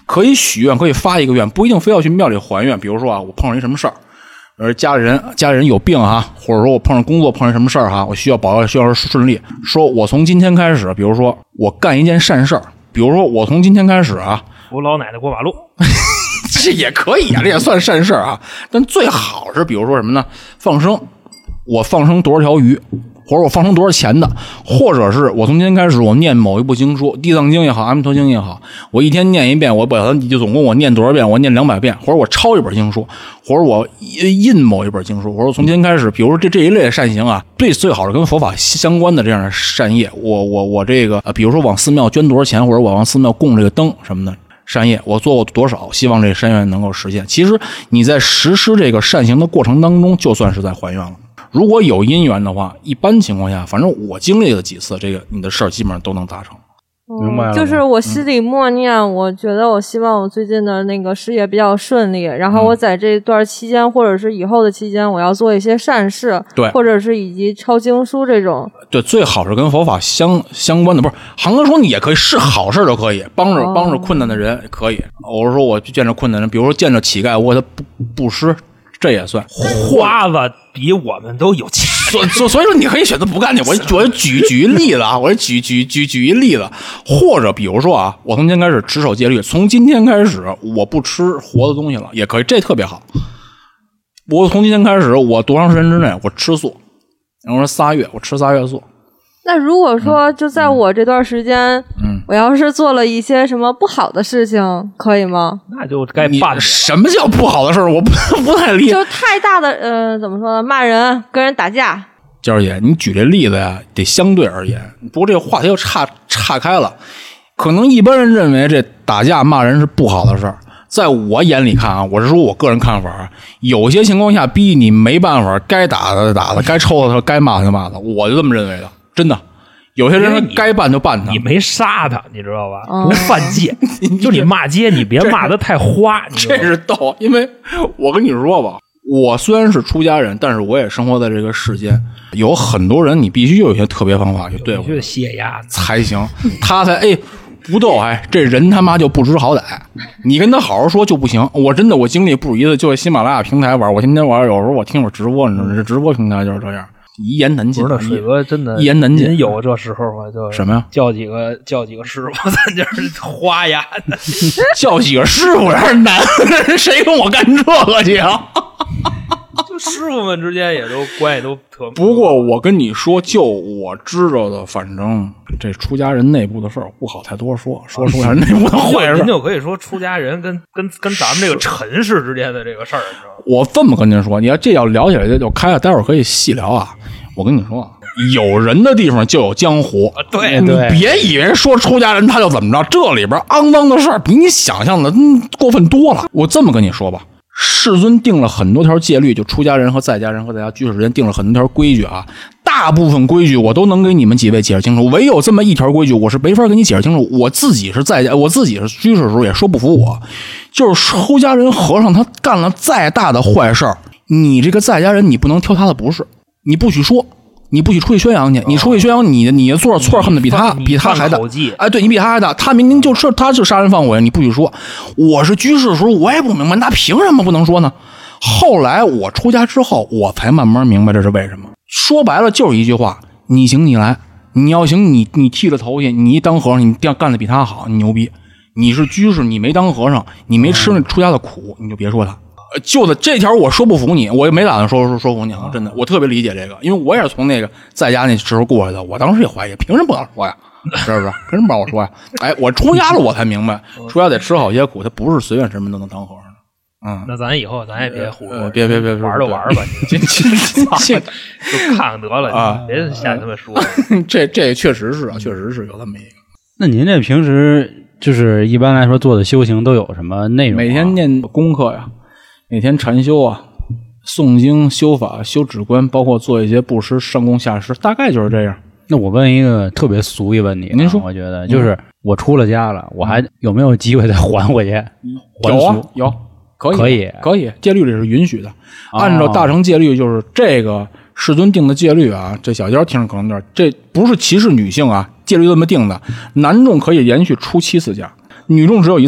可以许愿，可以发一个愿，不一定非要去庙里还愿。比如说啊，我碰上一什么事儿，而家里人家里人有病哈，或者说我碰上工作碰上什么事儿哈，我需要保佑需要顺利。说我从今天开始，比如说我干一件善事儿，比如说我从今天开始啊， 扶老奶奶过马路， 这也可以啊，这也算善事儿啊。但最好是比如说什么呢？放生，我放生多少条鱼。或者我放生多少钱的，或者是我从今天开始我念某一部经书，地藏经也好，阿弥陀经也好，我一天念一遍，我把它就总共我念多少遍，我念两百遍，或者我抄一本经书，或者我印某一本经书，或者从今天开始，比如说这这一类的善行啊，最最好是跟佛法相关的这样的善业，我我我这个呃，比如说往寺庙捐多少钱，或者我往寺庙供这个灯什么的善业，我做过多少，希望这个善愿能够实现。其实你在实施这个善行的过程当中，就算是在还愿了。如果有因缘的话，一般情况下，反正我经历了几次，这个你的事儿基本上都能达成。 明白了， 就是我心里默念、嗯、我觉得我希望我最近的那个事业比较顺利，然后我在这段期间、嗯、或者是以后的期间我要做一些善事， 对， 或者是以及抄经书这种， 对，最好是跟佛法相相关的。不是航哥说你也可以是好事就可以帮着、哦、帮着困难的人可以，我是说我见着困难人，比如说见着乞丐我给他布布施，这也算。 花子比我们都有钱， 所所所以说你可以选择不干去。我我举举一例子啊，我举举举举一例子，或者比如说啊，我从今天开始持守戒律，从今天开始我不吃活的东西了，也可以，这特别好。我从今天开始，我多长时间之内我吃素？然后说仨月，我吃仨月素。 那如果说就在我这段时间，嗯，我要是做了一些什么不好的事情，可以吗？ 那就该办了。 什么叫不好的事儿？我不不太理解。 就太大的，呃，怎么说呢？骂人、跟人打架。 娇儿姐，你举这例子呀，得相对而言。不过这个话题又岔岔开了。可能一般人认为这打架骂人是不好的事儿，在我眼里看啊，我是说我个人看法，有些情况下逼你没办法，该打的打的，该抽的该骂的骂的，我就这么认为的。真的，有些人该办就办他， 你没杀他，你知道吧？不犯戒，就你骂街，你别骂得太花。 这是逗，因为我跟你说吧，我虽然是出家人，但是我也生活在这个世间，有很多人你必须有一些特别方法去对付， 必须泄压才行，他才哎。不逗，哎，这人他妈就不知好歹。你跟他好好说就不行。我真的，我经历不止一次，就在喜马拉雅平台玩。我天天玩，有时候我听会儿直播，你知道吗？这直播平台就是这样，一言难尽。 不是水哥真的一言难尽。 有这时候啊，就什么呀？ 叫几个叫几个师傅，咱就是花呀。 叫几个师傅有点难，谁跟我干这个去啊？ 就师傅们之间也都关系都特。 不过我跟你说，就我知道的，反正这出家人内部的事儿不好太多说，说出家人内部的坏事。 您就可以说出家人跟跟跟咱们这个尘世之间的这个事儿，你知道吗？ 我这么跟您说，你要这要聊起来就开了，待会儿可以细聊啊。我跟你说，有人的地方就有江湖， 啊、对， 你别以为说出家人他就怎么着，这里边肮脏的事儿比你想象的、嗯、过分多了。我这么跟你说吧。世尊定了很多条戒律，就出家人和在家人和在家居士之间定了很多条规矩啊。大部分规矩我都能给你们几位解释清楚，唯有这么一条规矩我是没法给你解释清楚。我自己是在家，我自己是居士的时候也说不服我，就是出家人和尚他干了再大的坏事儿，你这个在家人你不能挑他的不是，你不许说。你不许出去宣扬去，你出去宣扬你你做的错，恨的比他比他还大。哎，对你比他还大，他明明就是他是杀人放火，你不许说。我是居士的时候，我也不明白，那凭什么不能说呢？后来我出家之后，我才慢慢明白这是为什么。说白了就是一句话：你行你来，你要行你你剃了头去，你一当和尚，你干的比他好，你牛逼。你是居士，你没当和尚，你没吃那出家的苦，你就别说他。就的这条我说不服你，我也没打算说说说服你，真的，我特别理解这个，因为我也是从那个在家那时候过来的，我当时也怀疑，凭什么不让我说呀？是不是？凭什么不让我说呀？哎，我出家了，我才明白，出家得吃好些苦，他不是随便什么都能当和尚的。嗯， 那咱以后咱也别胡说， 呃、别别别玩就玩吧， 这这就看看得了啊，别瞎他妈说。 这这确实是啊，确实是有这么一个。 那您这平时就是一般来说做的修行都有什么内容、啊？ 每天念功课呀。每天禅修啊，诵经、修法、修止观，包括做一些布施、上供下施，大概就是这样。 那我问一个特别俗一问题， 您说， 我觉得就是我出了家了，我还有没有机会再还回去？ 有啊，有，可以， 可以， 可以，戒律里是允许的。按照大乘戒律，就是这个世尊定的戒律啊。这小娇听着可能有点，这不是歧视女性啊，戒律这么定的，男众可以连续出七次家，女众只有一次。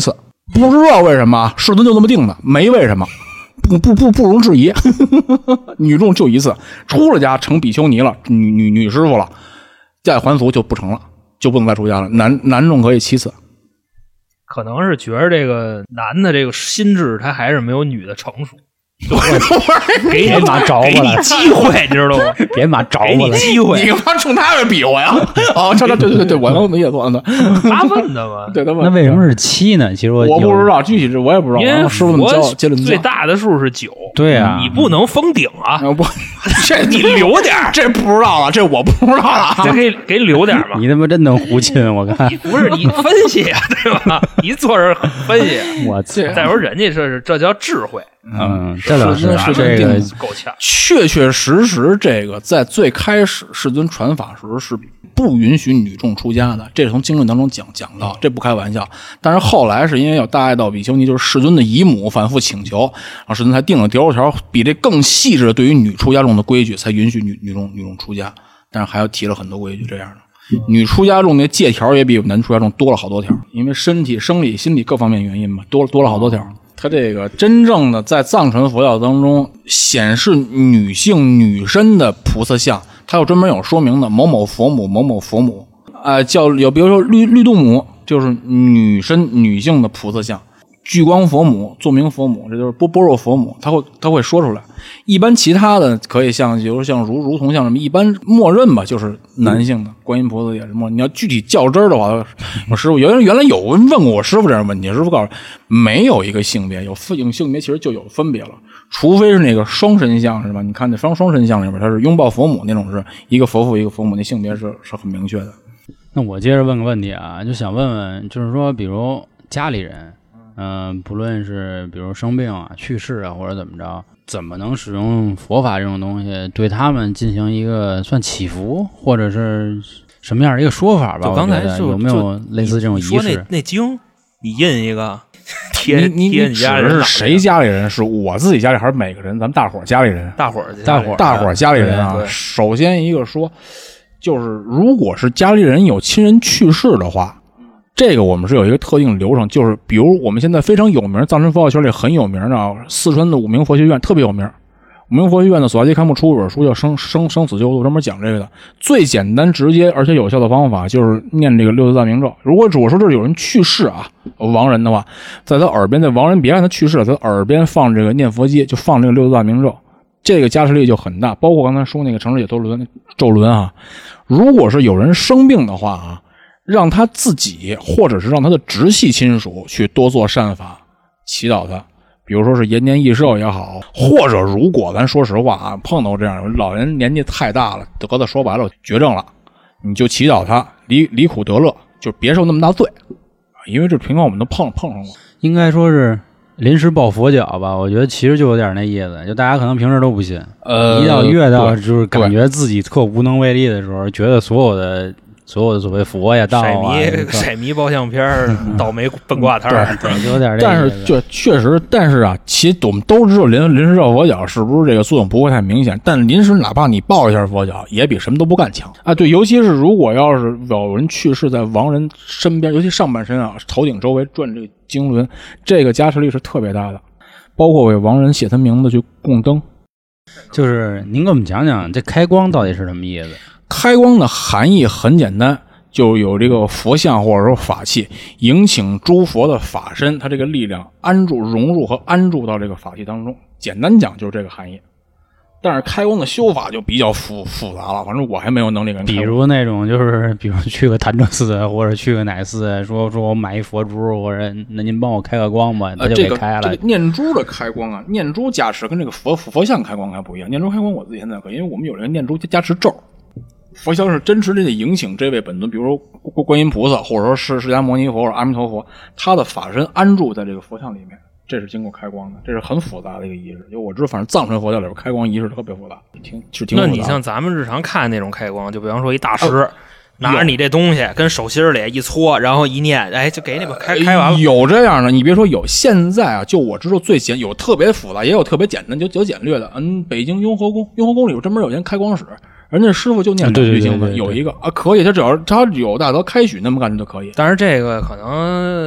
不知道为什么世尊就这么定的，没为什么，不不不不容置疑。女众就一次，出了家成比丘尼了，女女女师傅了，再还俗就不成了，就不能再出家了。男男众可以七次。 可能是觉得这个男的这个心智他还是没有女的成熟。给你妈找过来机会，你知道吗？ 别妈找过来机会， 你干嘛冲他来比划呀？哦，这这对对对，我刚没也错的， 他问的嘛？ 对，他问。 那为什么是七呢？其实我我不知道，具体是我也不知道。 因为师傅们教接着最大的数是九， 对啊， 你不能封顶啊！ 不，这你留点， 这不知道了，这我不知道了。 这可以给你留点嘛？ 你他妈真能胡沁，我看。 不是你分析呀，对吧？你做人分析。 我这再说人家这是这叫智慧。 嗯，这倒是是这个够呛。 确确实实，这个在最开始世尊传法时是不允许女众出家的，这是从经论当中讲讲到，这不开玩笑。但是后来是因为有大爱道比丘尼，就是世尊的姨母反复请求，然后世尊才定了第二条比这更细致的对于女出家众的规矩，才允许女女众女众出家。但是还要提了很多规矩，这样的。女出家众的戒条也比男出家众多了好多条，因为身体、生理、心理各方面原因嘛，多多了好多条。它这个真正的在藏传佛教当中显示女性女身的菩萨像，它有专门有说明的，某某佛母某某佛母，呃，叫有比如说绿绿度母，就是女身女性的菩萨像，聚光佛母、作明佛母，这就是般般若佛母，他会他会说出来。一般其他的可以像，比如像如如同像什么，一般默认吧，就是男性的。观音菩萨也是默认。你要具体较真儿的话，我师傅原来原来有人问过我师傅这样的问题，师傅告诉没有一个性别，有有性别其实就有分别了，除非是那个双神像是吧？你看那双双神像里边，它是拥抱佛母那种，是一个佛父一个佛母，那性别是是很明确的。 那我接着问个问题啊，就想问问，就是说，比如家里人。嗯、呃，不论是比如生病啊、去世啊，或者怎么着，怎么能使用佛法这种东西对他们进行一个算祈福，或者是什么样的一个说法吧？ 就刚才有没有类似这种仪式？ 说那那经，你印一个贴你贴你家人是谁家里人？是我自己家里还是每个人？咱们大伙儿家里人？ 大伙儿大伙儿大伙儿家里人啊！首先一个说，就是如果是家里人有亲人去世的话。这个我们是有一个特定流程，就是比如我们现在非常有名，藏传佛教圈里很有名的四川的五明佛学院特别有名。五明佛学院的索拉基堪布出一本书叫《生生生死救度》，专门讲这个的。最简单、直接而且有效的方法就是念这个六字大明咒。如果我说这有人去世啊，亡人的话，在他耳边，在亡人别看他去世了，在他耳边放这个念佛机，就放这个六字大明咒，这个加持力就很大。包括刚才说那个城市解脱轮咒轮啊，如果是有人生病的话啊。让他自己或者是让他的直系亲属去多做善法祈祷他，比如说是延年益寿也好，或者如果咱说实话啊，碰到这样老人年纪太大了，得的说白了绝症了，你就祈祷他离离苦得乐，就别受那么大罪，因为这平常我们都碰碰上过。 应该说是临时抱佛脚吧，我觉得其实就有点那意思，就大家可能平时都不信，呃，一到越到就是感觉自己特无能为力的时候，觉得所有的。所有的所谓佛呀、道啊， 色迷包相片、倒霉笨挂摊儿， 对，有点这。 但是就确实，但是啊，其实我们都知道临临时抱佛脚是不是这个作用不会太明显？但临时哪怕你抱一下佛脚，也比什么都不干强啊！对，尤其是如果要是有人去世在亡人身边，尤其上半身啊、头顶周围转这个经轮，这个加持力是特别大的。包括为亡人写他名字去供灯， 就是您给我们讲讲这开光到底是什么意思？ 开光的含义很简单，就有这个佛像或者说法器迎请诸佛的法身，它这个力量安住融入和安住到这个法器当中，简单讲就是这个含义。但是开光的修法就比较复复杂了，反正我还没有能力跟。 比如那种就是比如去个潭柘寺或者去个哪寺，说说我买一佛珠，或者那您帮我开个光吧，他就给开了、 呃这个、这个念珠的开光啊，念珠加持跟这个佛佛像开光还不一样。念珠开光我自己现在可以，因为我们有这个念珠加持咒。佛像是真实的迎请这位本尊，比如说观音菩萨，或者说是释迦牟尼佛或者阿弥陀佛，他的法身安住在这个佛像里面，这是经过开光的，这是很复杂的一个仪式。就我知道，反正藏传佛教里边开光仪式特别复杂，挺是挺复杂的。 那你像咱们日常看那种开光，就比方说一大师、哦、拿着你这东西跟手心里一搓，然后一念，哎，就给你们开开完了。 有这样的，你别说有，现在啊，就我知道最简有特别复杂，也有特别简单，就有简略的。嗯，北京雍和宫，雍和宫里边专门有间开光室。人家师傅就念两句经文，有一个啊，可以，他只要他有大德开许那么干就可以。 但是这个可能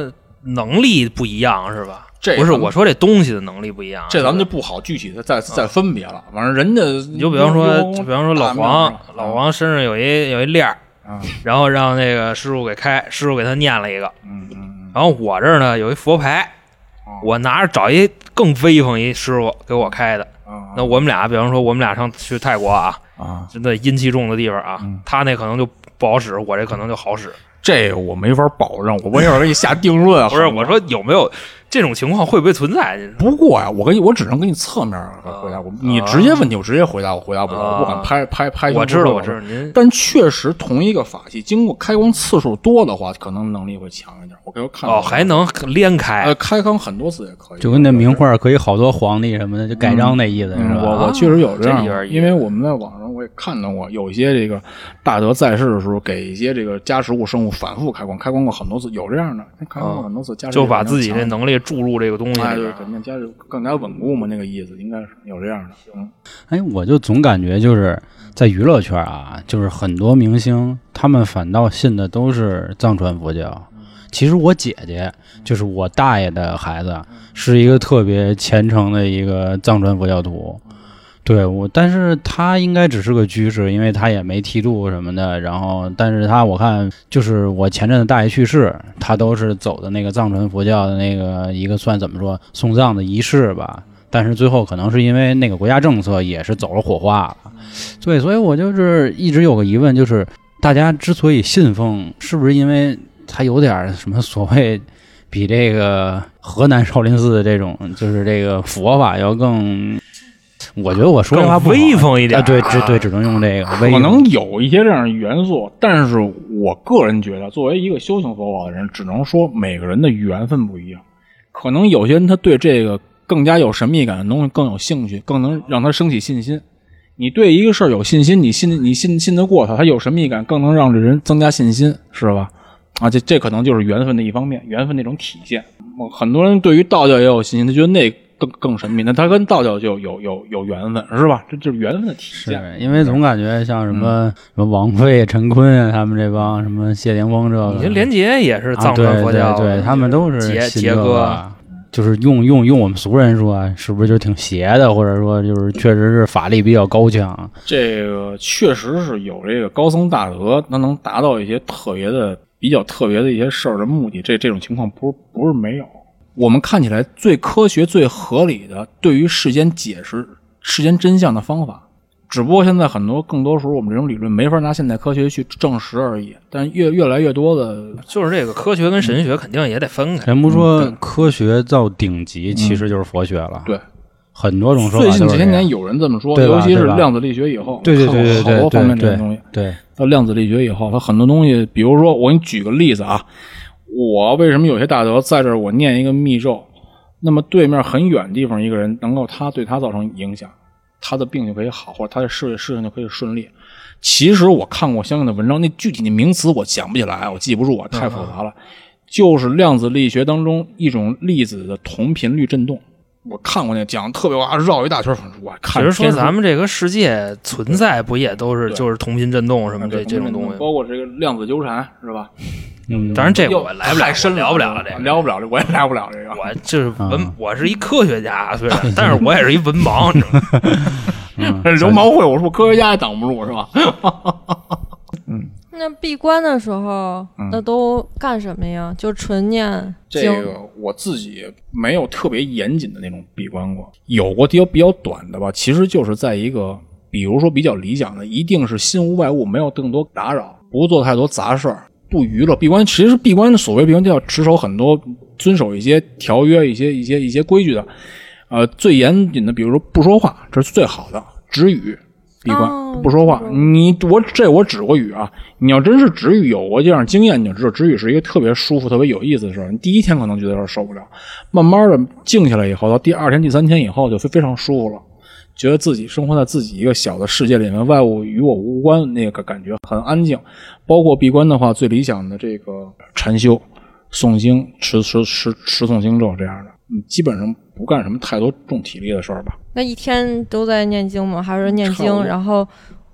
能力不一样是吧？ 这不是我说这东西的能力不一样， 这咱们就不好具体的再再分别了。反正人家你就比方说，就比方说老黄，老黄身上有一有一链儿， 啊， 然后让那个师傅给开，师傅给他念了一个， 嗯嗯， 然后我这儿呢有一佛牌，我拿着找一更威风一师傅给我开的。那我们俩，比方说我们俩上去泰国啊，啊，真的阴气重的地方啊，嗯、他那可能就不好使，我这可能就好使。 这个我没法保证，我没法给你下定论。 不是，我说有没有这种情况会不会存在？ 不过呀，我跟你我只能给你侧面回答。我、啊、你直接问题我直接回答，我回答不了，啊、我不敢拍拍拍。 我知道，我知道您。 但确实，同一个法器经过开光次数多的话，可能能力会强一点。我给我看哦，还能连开， 呃，开光很多次也可以。 就跟那名画可以好多皇帝什么的，就盖章那意思、 嗯、 是吧？ 我我确实有这样， 啊、 因为我们在网上我也看到过，有一些这个大德在世的时候，给一些这个加持物生物反复开光，开光过很多次，有这样的，开光过很多次，加持、 嗯、就把自己这能力注入这个东西。 哎，对，肯定加持更加稳固嘛，那个意思应该是有这样的。嗯， 哎，我就总感觉就是在娱乐圈啊，就是很多明星他们反倒信的都是藏传佛教。其实我姐姐就是我大爷的孩子，是一个特别虔诚的一个藏传佛教徒。对我，但是他应该只是个居士，因为他也没剃度什么的。然后，但是他我看就是我前阵子大爷去世，他都是走的那个藏传佛教的那个一个算怎么说送葬的仪式吧。但是最后可能是因为那个国家政策也是走了火化了。对，所以我就是一直有个疑问，就是大家之所以信奉，是不是因为他有点什么所谓比这个河南少林寺的这种就是这个佛法要更，我觉得我说这话不好威风一点、 啊、对只对只能用这个威风， 可能有一些这样的元素，但是我个人觉得作为一个修行佛法的人，只能说每个人的缘分不一样，可能有些人他对这个更加有神秘感的东西更有兴趣，更能让他升起信心。你对一个事儿有信心，你信你信信得过他，他有神秘感，更能让这人增加信心，是吧？啊，这这可能就是缘分的一方面，缘分那种体现。很多人对于道教也有信心，他觉得那更更神秘，那他跟道教就有有有缘分，是吧？这就是缘分的体现。 是因为总感觉像什么、嗯、什么王菲、陈坤啊，他们这帮什么谢霆锋这个， 你这连杰也是藏传佛教、 啊，对对对，他们都是杰杰哥。 就是用用用我们俗人说，是不是就挺邪的，或者说就是确实是法力比较高强？ 这个确实是有这个高僧大德，他能达到一些特别的、比较特别的一些事儿的目的。这这种情况不是不是没有。我们看起来最科学、最合理的对于世间解释世间真相的方法，只不过现在很多更多时候我们这种理论没法拿现代科学去证实而已。但越越来越多的， 就是这个科学跟神学肯定也得分开。 人不说科学到顶级，嗯、其实就是佛学了。 对， 很多种说法。 最近几千年有人这么说，尤其是量子力学以后， 对对对对对， 好多方面这些东西。 对， 到量子力学以后，它很多东西，比如说我给你举个例子啊，我为什么有些大德在这儿我念一个密咒，那么对面很远的地方一个人能够他对他造成影响。他的病就可以好，或者他的事业事情就可以顺利。其实我看过相应的文章，那具体的名词我讲不起来，我记不住啊，太复杂了。嗯、就是量子力学当中一种粒子的同频率震动，我看过那个讲特别哇，绕一大圈。我看。 其实说咱们这个世界存在不也都是就是同频震动什么这这种东西， 包括这个量子纠缠是吧？ 嗯，当然这个我来不了， 深聊不了了，这个聊不了，我也来不了这个。 我就是文，嗯、我是一科学家，虽然，但是我也是一文盲，你知道吗？ 嗯，流氓会，我说科学家也挡不住，是吧？ 嗯，那闭关的时候，那都干什么呀？就纯念经。 这个我自己没有特别严谨的那种闭关过，有过比较比较短的吧。其实就是在一个，比如说比较理想的，一定是心无外物，没有更多打扰，不做太多杂事儿。不娱乐闭关，其实闭关的所谓闭关就要持守很多，遵守一些条约、一些一些一些规矩的。呃，最严谨的，比如说不说话，这是最好的。止语闭关，哦、不说话。你我这我止过语啊。你要真是止语有过这样经验，你就知道止语是一个特别舒服、特别有意思的事儿。你第一天可能觉得有点受不了，慢慢的静下来以后，到第二天、第三天以后就非常舒服了。觉得自己生活在自己一个小的世界里面，外物与我无关，那个感觉很安静。包括闭关的话，最理想的这个禅修、诵经、持持持持诵经咒这样的，基本上不干什么太多重体力的事儿吧。 那一天都在念经吗？还是念经，然后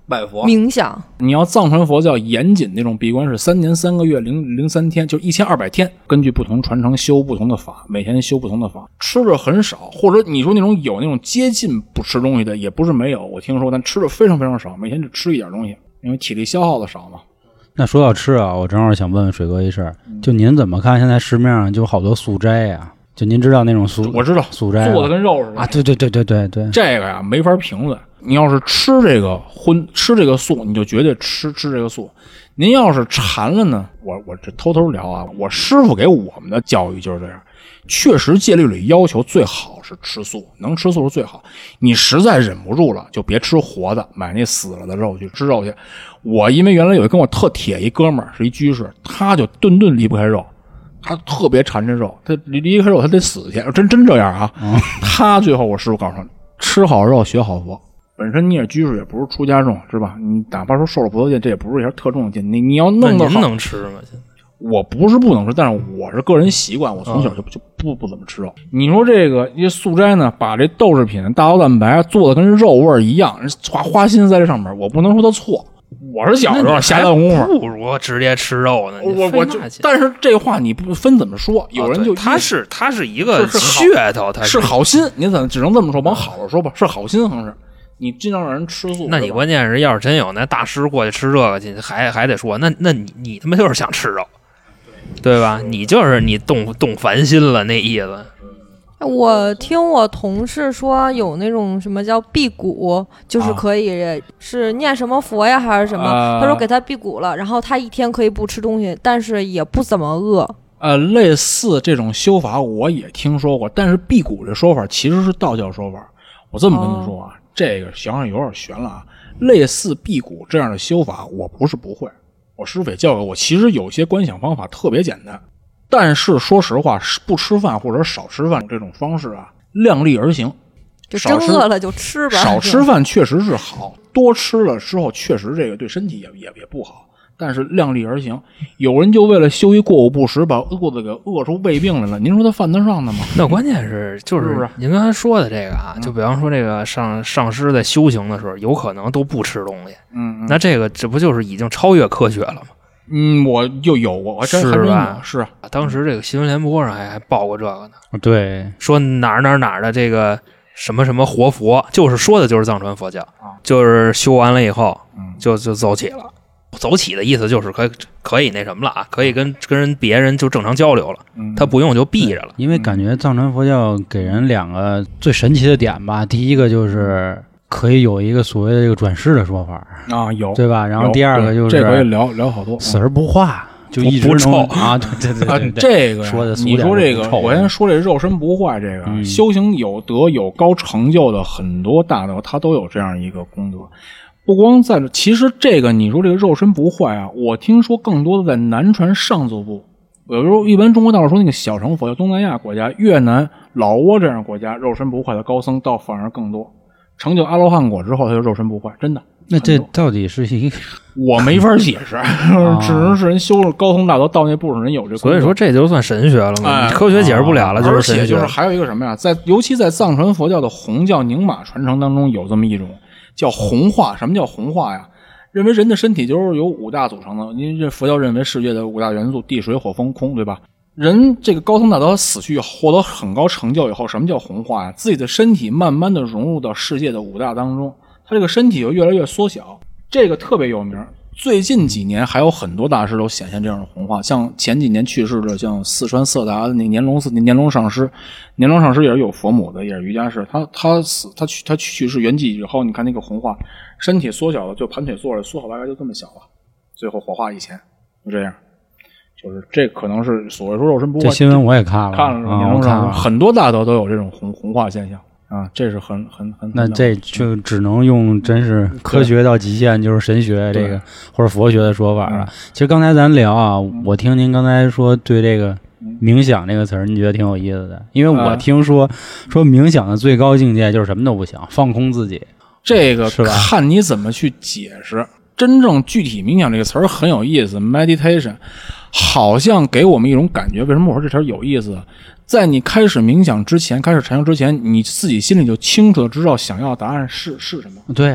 拜佛冥想。 你要藏传佛教严谨那种闭关是三年三个月零零三天，就一千二百天，根据不同传承修不同的法，每天修不同的法，吃的很少，或者你说那种有那种接近不吃东西的，也不是没有，我听说，但吃的非常非常少，每天就吃一点东西，因为体力消耗的少嘛。 那说到吃啊，我正好想问问水哥一事儿，就您怎么看现在市面上就好多素斋呀？就您知道那种素， 我知道素斋做的跟肉似的啊，对对对对对对， 这个呀没法评论。你要是吃这个荤吃这个素，你就绝对吃吃这个素。您要是馋了呢，我我这偷偷聊啊，我师傅给我们的教育就是这样。确实戒律里要求最好是吃素，能吃素是最好。你实在忍不住了，就别吃活的，买那死了的肉去吃肉去。我因为原来有一跟我特铁一哥们儿是一居士，他就顿顿离不开肉，他特别馋这肉，他离离开肉他得死去，真真这样啊。嗯、他最后我师傅告诉他，吃好肉学好佛。本身你也居士，也不是出家众，是吧？你哪怕说受了菩萨戒，这也不是一条特重的戒。你你要弄得好， 您能吃吗？ 我不是不能吃，但是我是个人习惯，我从小就、嗯、就不不怎么吃肉。你说这个一素斋呢，把这豆制品、大豆蛋白做的跟肉味一样，花花心在这上面，我不能说他错。我是小时候瞎当功夫， 不如直接吃肉呢。 我我就，但是这话你不分怎么说，有人就、 哦、他是他是一个噱头，他是好心，你怎么只能这么说？往好了说吧，是好心，可能是。你尽量让人吃素， 那你关键是要是真有那大师过去吃这个去，还还得说，那那你你他妈就是想吃肉，对吧？你就是你动动凡心了那意思。 我听我同事说有那种什么叫辟谷，就是可以、啊、是念什么佛呀还是什么、呃、他说给他辟谷了，然后他一天可以不吃东西，但是也不怎么饿。 呃，类似这种修法我也听说过，但是辟谷这说法其实是道教说法。我这么跟你说啊、哦，这个想想有点悬了啊。类似辟谷这样的修法，我不是不会，我师傅也教给我。其实有些观想方法特别简单，但是说实话，不吃饭或者少吃饭这种方式啊，量力而行。 就真饿了就吃吧。 少吃饭确实是好，多吃了之后确实这个对身体也也也不好。但是量力而行，有人就为了修一过午不食，把肚子给饿出胃病来了。您说他犯得上的吗？ 那关键是就是您刚才说的这个啊，就比方说这个上上师在修行的时候，有可能都不吃东西。嗯，那这个这不就是已经超越科学了吗？ 嗯，我就有我我真还真有是啊。 当时这个新闻联播上还还报过这个呢。 对， 说哪儿哪儿哪儿的这个什么什么活佛，就是说的就是藏传佛教，啊、就是修完了以后，嗯、就就走起了。走起的意思就是可以可以那什么了啊，可以跟跟人别人就正常交流了，嗯、他不用就闭着了。 因为感觉藏传佛教给人两个最神奇的点吧，第一个就是可以有一个所谓的这个转世的说法啊，有对吧？然后第二个就是这可以聊聊好多， 死而不化，就一直不臭啊，对对对 对, 对、 啊，这个说的你说这个，我先说这肉身不坏这个、嗯、修行有德有高成就的很多大德，他都有这样一个功德。不光在这，其实这个你说这个肉身不坏啊，我听说更多的在南传上座部，有时候一般中国大陆说那个小乘佛教，东南亚国家、越南、老挝这样的国家，肉身不坏的高僧倒反而更多。成就阿罗汉果之后，他就肉身不坏，真的。 那这到底是一个？ 我没法解释，只能是人修了高僧大德到那步上人有这。 所以说这就算神学了嘛，哎、科学解释不了了， 啊、 就是神学。 就是还有一个什么呀，在尤其在藏传佛教的红教宁玛传承当中，有这么一种叫红化。什么叫红化呀？认为人的身体就是由五大组成的，因为这佛教认为世界的五大元素地水火风空，对吧？人这个高僧大德死去获得很高成就以后，什么叫红化呀？自己的身体慢慢的融入到世界的五大当中，他这个身体就越来越缩小，这个特别有名。最近几年还有很多大师都显现这样的红化，像前几年去世的像四川色达的那年龙寺年龙上师，年龙上师也是有佛母的，也是瑜伽士，他他死他去他去世圆寂以后，你看那个红化，身体缩小了，就盘腿坐着，缩好大概就这么小了，最后火化以前就这样。就是这可能是所谓说肉身不坏， 这新闻我也看了， 看了年龙上师、嗯、很多大德都有这种红红化现象。啊，这是很很很， 那这就只能用真是科学到极限，就是神学这个或者佛学的说法了。其实刚才咱聊啊，我听您刚才说对这个冥想这个词儿，你觉得挺有意思的，因为我听说说冥想的最高境界就是什么都不想，放空自己。 这个是吧？看你怎么去解释。真正具体冥想这个词儿很有意思 ，meditation， 好像给我们一种感觉。为什么我说这词儿有意思？在你开始冥想之前，开始禅修之前，你自己心里就清楚的知道想要答案是是什么。 对啊，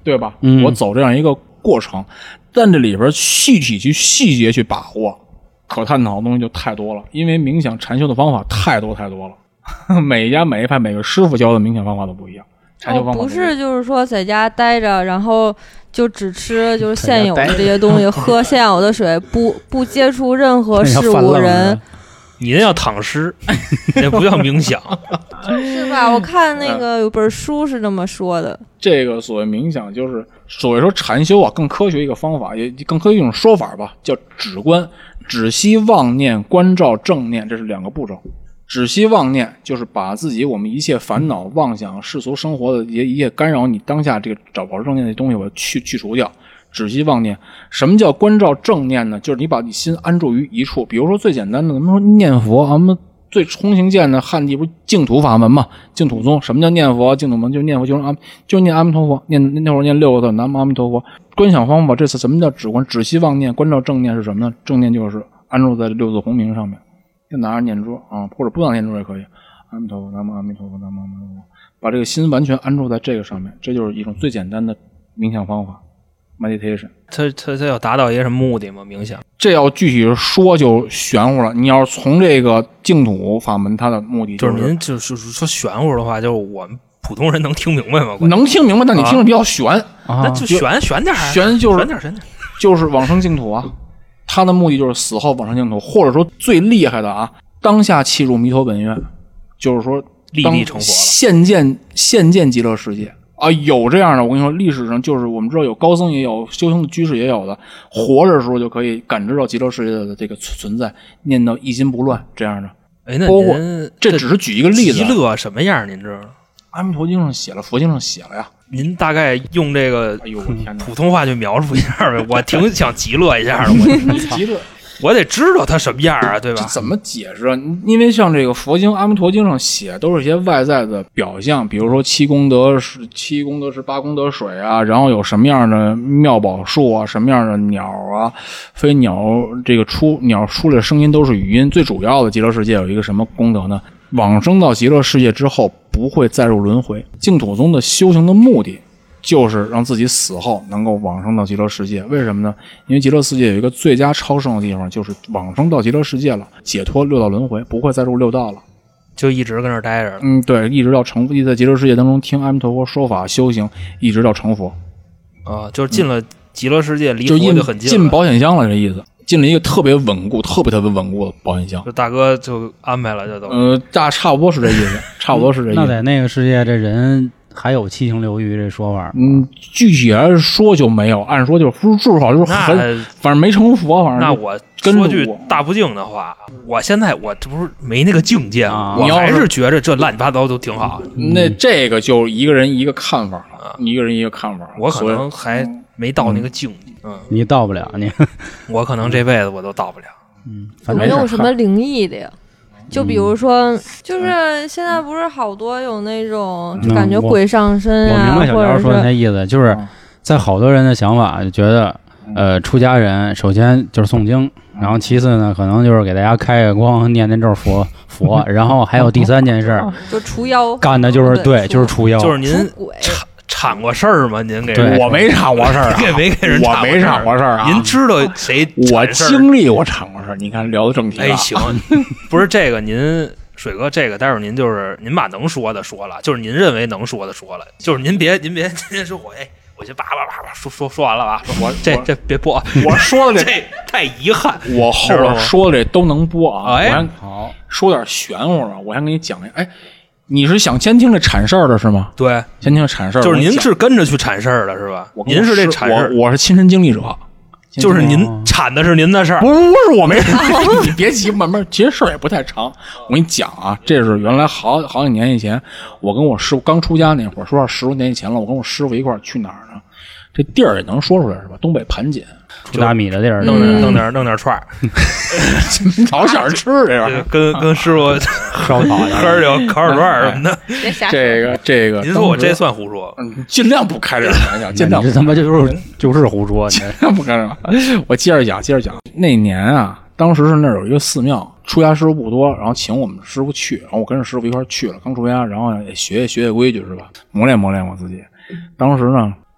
对吧？ 嗯， 我走这样一个过程，但这里边具体去细节去把握，可探讨的东西就太多了，因为冥想禅修的方法太多太多了，每一家每一派每个师傅教的冥想方法都不一样。禅修方法不是就是说在家待着，然后就只吃就是现有的这些东西，喝现有的水，不不接触任何事物人。 你那叫躺尸，那不叫冥想， 是吧？我看那个有本书是这么说的。 这个所谓冥想，就是所谓说禅修啊，更科学一个方法，也更科学一种说法吧，叫止观，止息妄念，关照正念，这是两个步骤。止息妄念就是把自己我们一切烦恼、妄想、世俗生活的一些一切干扰你当下这个找保持正念的东西，我去去除掉。止息妄念，什么叫关照正念呢？就是你把你心安住于一处。比如说最简单的，咱们说念佛，咱们最通行见的汉地不是净土法门嘛？净土宗，什么叫念佛？净土门就是念佛，就是阿，就是念阿弥陀佛，念那会儿念六个字，南无阿弥陀佛。观想方法，这次什么叫止观？止息妄念，关照正念是什么呢？正念就是安住在六字洪名上面，就拿着念珠啊，或者不拿念珠也可以。阿弥陀佛，南无阿弥陀佛，南无阿弥陀佛，把这个心完全安住在这个上面，这就是一种最简单的冥想方法。meditation， 他他他要达到一个什么目的吗？冥想这要具体说就玄乎了。你要是从这个净土法门，它的目的就是、就是您就是说玄乎的话，就是我们普通人能听明白吗？ 能听明白，但你听着比较玄， 那、啊、就玄玄点， 玄就是玄点玄点， 就是往生净土啊。它的目的就是死后往生净土，或者说最厉害的啊，当下契入弥陀本愿，就是说立地成佛了， 现见现见极乐世界。啊，有这样的，我跟你说，历史上就是我们知道有高僧也有，修行的居士也有的，活着的时候就可以感知到极乐世界的这个存在，念到一心不乱这样的。 哎，那包括这只是举一个例子， 极乐什么样？您知道？ 阿弥陀经上写了，佛经上写了呀。 您大概用这个哎呦我天哪， 普通话去描述一下呗，我挺想极乐一下的。我极乐。 我得知道它什么样啊，对吧？ 怎么解释啊？因为像这个佛经、阿弥陀经上写，都是一些外在的表象，比如说七功德是七功德是八功德水啊，然后有什么样的妙宝树啊，什么样的鸟啊，飞鸟这个出鸟出来的声音都是语音。最主要的极乐世界有一个什么功德呢？往生到极乐世界之后不会再入轮回。净土宗的修行的目的就是让自己死后能够往生到极乐世界。为什么呢？因为极乐世界有一个最佳超胜的地方，就是往生到极乐世界了，解脱六道轮回，不会再入六道了， 就一直跟那儿待着。 嗯，对，一直到成佛，在极乐世界当中听阿弥陀佛说法修行，一直到成佛。 啊，就是进了极乐世界，离佛就很近了， 进保险箱了，这意思。进了一个特别稳固、特别特别稳固的保险箱。 就大哥就安排了，这都呃，大差不多是这意思，差不多是这意思。 那在那个世界，这人还有七情六欲这说法？ 嗯，具体来说就没有，按说就是至少就是很，反正没成佛，反正那我说句大不敬的话，我现在我这不是没那个境界啊， 我还是觉着这乱七八糟都挺好。 那这个就一个人一个看法了，一个人一个看法。 我可能还没到那个境界，嗯， 你到不了你， 我可能这辈子我都到不了。 嗯， 有没有什么灵异的呀？就比如说，就是现在不是好多有那种就感觉鬼上身啊， 我明白小姚说的那意思，就是在好多人的想法就觉得，呃，出家人首先就是诵经，然后其次呢，可能就是给大家开个光，念念咒佛佛，然后还有第三件事， 就除妖， 干的就是对，就是除妖， 就是您铲铲过事儿吗？您给我没铲过事儿， 给没给人我没铲过事儿啊？ 您知道谁？ 我经历过铲过事儿。你看聊的正题了。 哎，行，不是这个，您水哥，这个待会儿您就是您把能说的说了，就是您认为能说的说了，就是您别您别今天说我哎，我先叭叭叭叭说说说完了吧？ 我这这别播， 我说的这这太遗憾。 我后边说的这都能播啊。 哎， 我先好说点玄乎的，我先给你讲一下。哎。你是想先听这铲事儿的是吗？ 对， 先听铲事儿， 就是您是跟着去铲事儿的是吧？您是这铲事儿， 我我是亲身经历者， 就是您铲的是您的事儿， 不是我没，你别急，慢慢，其实事儿也不太长。我跟你讲啊，这是原来好好几年以前，我跟我师傅刚出家那会儿，说到十多年以前了，我跟我师傅一块儿去哪儿呢？这地儿也能说出来是吧？东北盘锦， 出大米的地儿， 弄点弄点弄点串儿， 老想着吃这玩意儿， 跟跟师傅烧烤喝点酒，烤点串儿什么的。 这个这个， 您说我这算胡说？ 嗯，尽量不开这种玩笑，尽量。 这他妈就是就是胡说， 尽量不开这种。我接着讲，接着讲。那年啊，当时是那儿有一个寺庙，出家师傅不多，然后请我们师傅去，然后我跟着师傅一块儿去了，刚出家，然后也学学学规矩是吧？磨练磨练我自己。当时呢。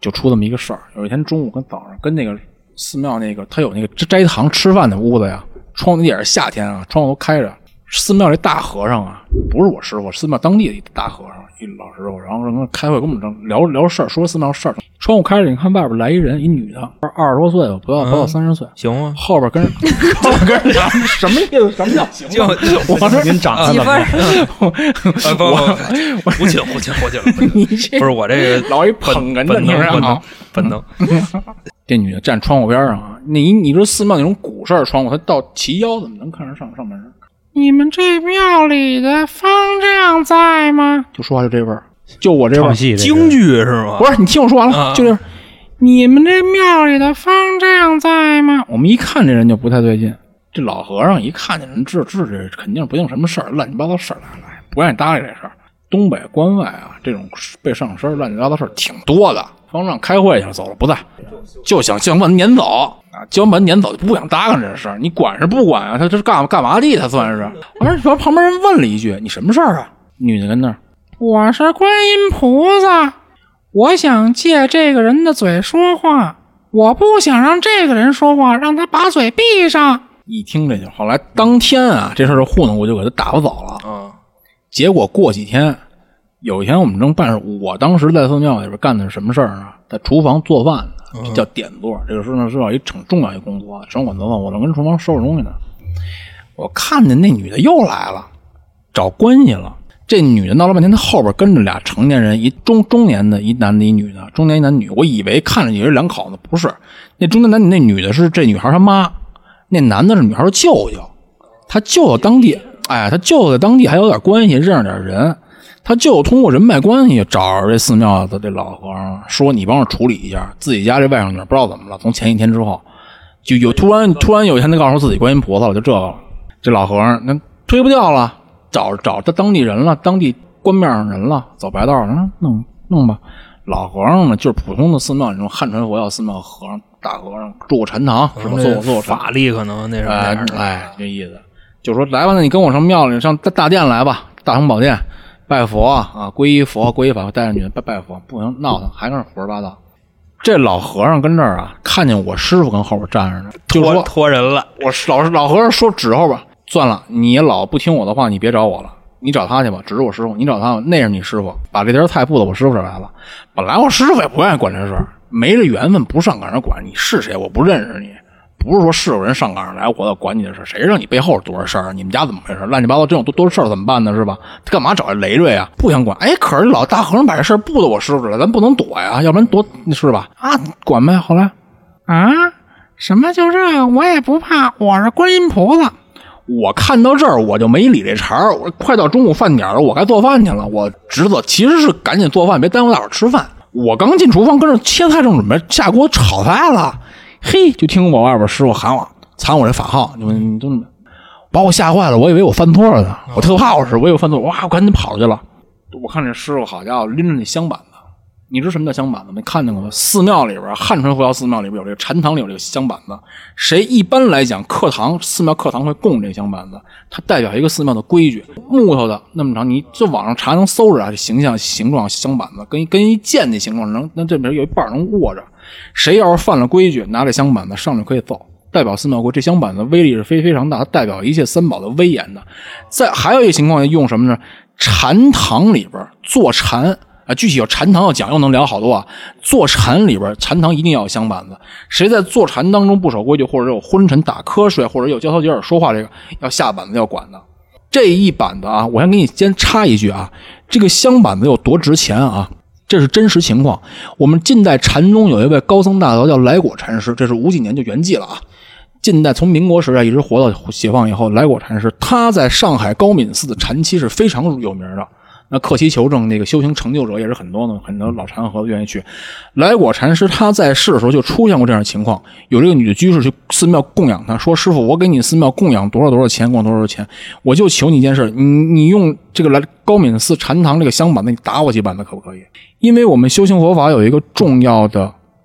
就出这么一个事儿。有一天中午跟早上跟那个寺庙那个他有那个斋堂吃饭的屋子呀，窗户也是夏天啊，窗户都开着。寺庙这大和尚啊，不是我师傅，寺庙当地的一大和尚，一老师傅，然后跟他开会，跟我们正聊聊事儿，说寺庙事儿。窗户开着，你看外边来一人，一女的，二十多岁吧，不到不到三十岁， 行吗？ 后边跟人后边跟人俩什么意思？什么叫行？就我说您长几分？ 我不不请不请不请， 你这不是我这个老一捧哏的， 本能本能本能。 这女的站窗户边上啊，那你你说寺庙那种古式窗户，它到齐腰怎么能看着上上半身？你们这庙里的方丈在吗？就说话就这味儿，就我这味儿， 京剧是吗？ 不是，你听我说完了， 啊、 就这味儿。你们这庙里的方丈在吗？我们一看这人就不太对劲，这老和尚一看见人，知知这肯定不定什么事儿，乱七八糟事儿来来，不愿意搭理这事儿。东北关外啊，这种被上身乱七八糟事儿挺多的。方丈开会去了，走了不在，就想想把他撵走啊！就把他撵走，就不想搭干这事儿。你管是不管啊？他这是干干嘛的？他算是。完事旁边人问了一句：“你什么事儿啊？”女的跟那儿：“我是观音菩萨，我想借这个人的嘴说话，我不想让这个人说话，让他把嘴闭上。”一听这就，后来当天啊，这事儿就糊弄，我就给他打发走了。 嗯， 结果过几天。有一天我们正办事，我当时在寺庙里边干的是什么事儿呢？在厨房做饭呢，这叫点座。这个是呢是要一挺重要一工作，掌管做饭。我正跟厨房收拾东西呢，我看见那女的又来了，找关系了。这女的闹了半天，她后边跟着俩成年人，一中中年的一男的，一女的，中年一男女。我以为看着也是两口子，不是。那中年男女，那女的是这女孩她妈，那男的是女孩的舅舅。他舅舅当地，哎，他舅舅在当地还有点关系，认识点人。他就通过人脉关系找着这寺庙的这老和尚，说你帮我处理一下自己家这外甥女不知道怎么了，从前一天之后就有突然突然有一天他告诉自己观音菩萨了，就这个了。这老和尚那推不掉了，找找他当地人了，当地官面上人了，走白道了，弄弄吧。老和尚呢就是普通的寺庙那种汉传佛教寺庙和尚，大和尚住过禅堂是吧？做过做过法力可能那什么哎哎这意思，就说来吧，那你跟我上庙里上大大殿来吧，大雄宝殿。拜佛啊，皈依佛，皈依法，带着女的拜拜佛，不行闹腾，还跟那胡说八道。这老和尚跟这儿啊，看见我师傅跟后边站着呢，就说托人了。 我老老和尚说指后边，算了，你老不听我的话，你别找我了，你找他去吧，指着我师傅，你找他吧，那是你师傅，把这碟菜布到我师傅这来了。本来我师傅也不愿意管这事儿，没这缘分，不上赶上管，你是谁？我不认识你。不是说是有人上岗上来我要管你的事，谁让你背后多少事儿？你们家怎么回事？乱七八糟这种多多事儿怎么办呢？是吧？他干嘛找这累赘啊？不想管。哎，可是老大和尚把这事儿布到我师傅了，咱不能躲呀，要不然躲是吧？啊，管呗。后来啊，什么就这我也不怕，我是观音菩萨。我看到这儿我就没理这茬儿，我快到中午饭点了，我该做饭去了。我职责其实是赶紧做饭，别耽误大伙儿吃饭。我刚进厨房跟着切菜，正准备下锅炒菜了。嘿，就听我外边师傅喊我，喊我这法号，你们都把我吓坏了，我以为我犯错了呢，我特怕我是，我以为我犯错，哇，我赶紧跑去了。我看这师傅好家伙，拎着那香板子，你知道什么叫香板子没？看见过吗？寺庙里边，汉传佛教寺庙里边有这个禅堂里有这个香板子，谁一般来讲，课堂寺庙课堂会供这香板子，它代表一个寺庙的规矩，木头的那么长，你这网上查能搜着啊，这形象形状香板子跟跟一剑的形状能，那这边有一半能握着。谁要是犯了规矩，拿这香板子上去可以揍，代表寺庙规。这香板子威力是非非常大，它代表一切三宝的威严的。在还有一个情况下用什么呢？禅堂里边坐禅啊，具体有禅堂要讲，又能聊好多啊。坐禅里边，禅堂一定要有香板子。谁在坐禅当中不守规矩，或者有昏沉打瞌睡，或者有交头接耳说话，这个要下板子要管的。这一板子啊，我先给你先插一句啊，这个香板子有多值钱啊？这是真实情况。我们近代禅宗有一位高僧大德叫来果禅师，这是五几年就圆寂了啊。近代从民国时代一直活到解放以后，来果禅师他在上海高敏寺的禅期是非常有名的。那克期求证那个修行成就者也是很多的，很多老禅和愿意去。来果禅师他在世的时候就出现过这样的情况，有这个女的居士去寺庙供养他，说师傅，我给你寺庙供养多少多少钱，供养多少钱，我就求你一件事，你你用这个来高敏寺禅堂这个香板子，你打我几板子可不可以？因为我们修行佛法有一个重要的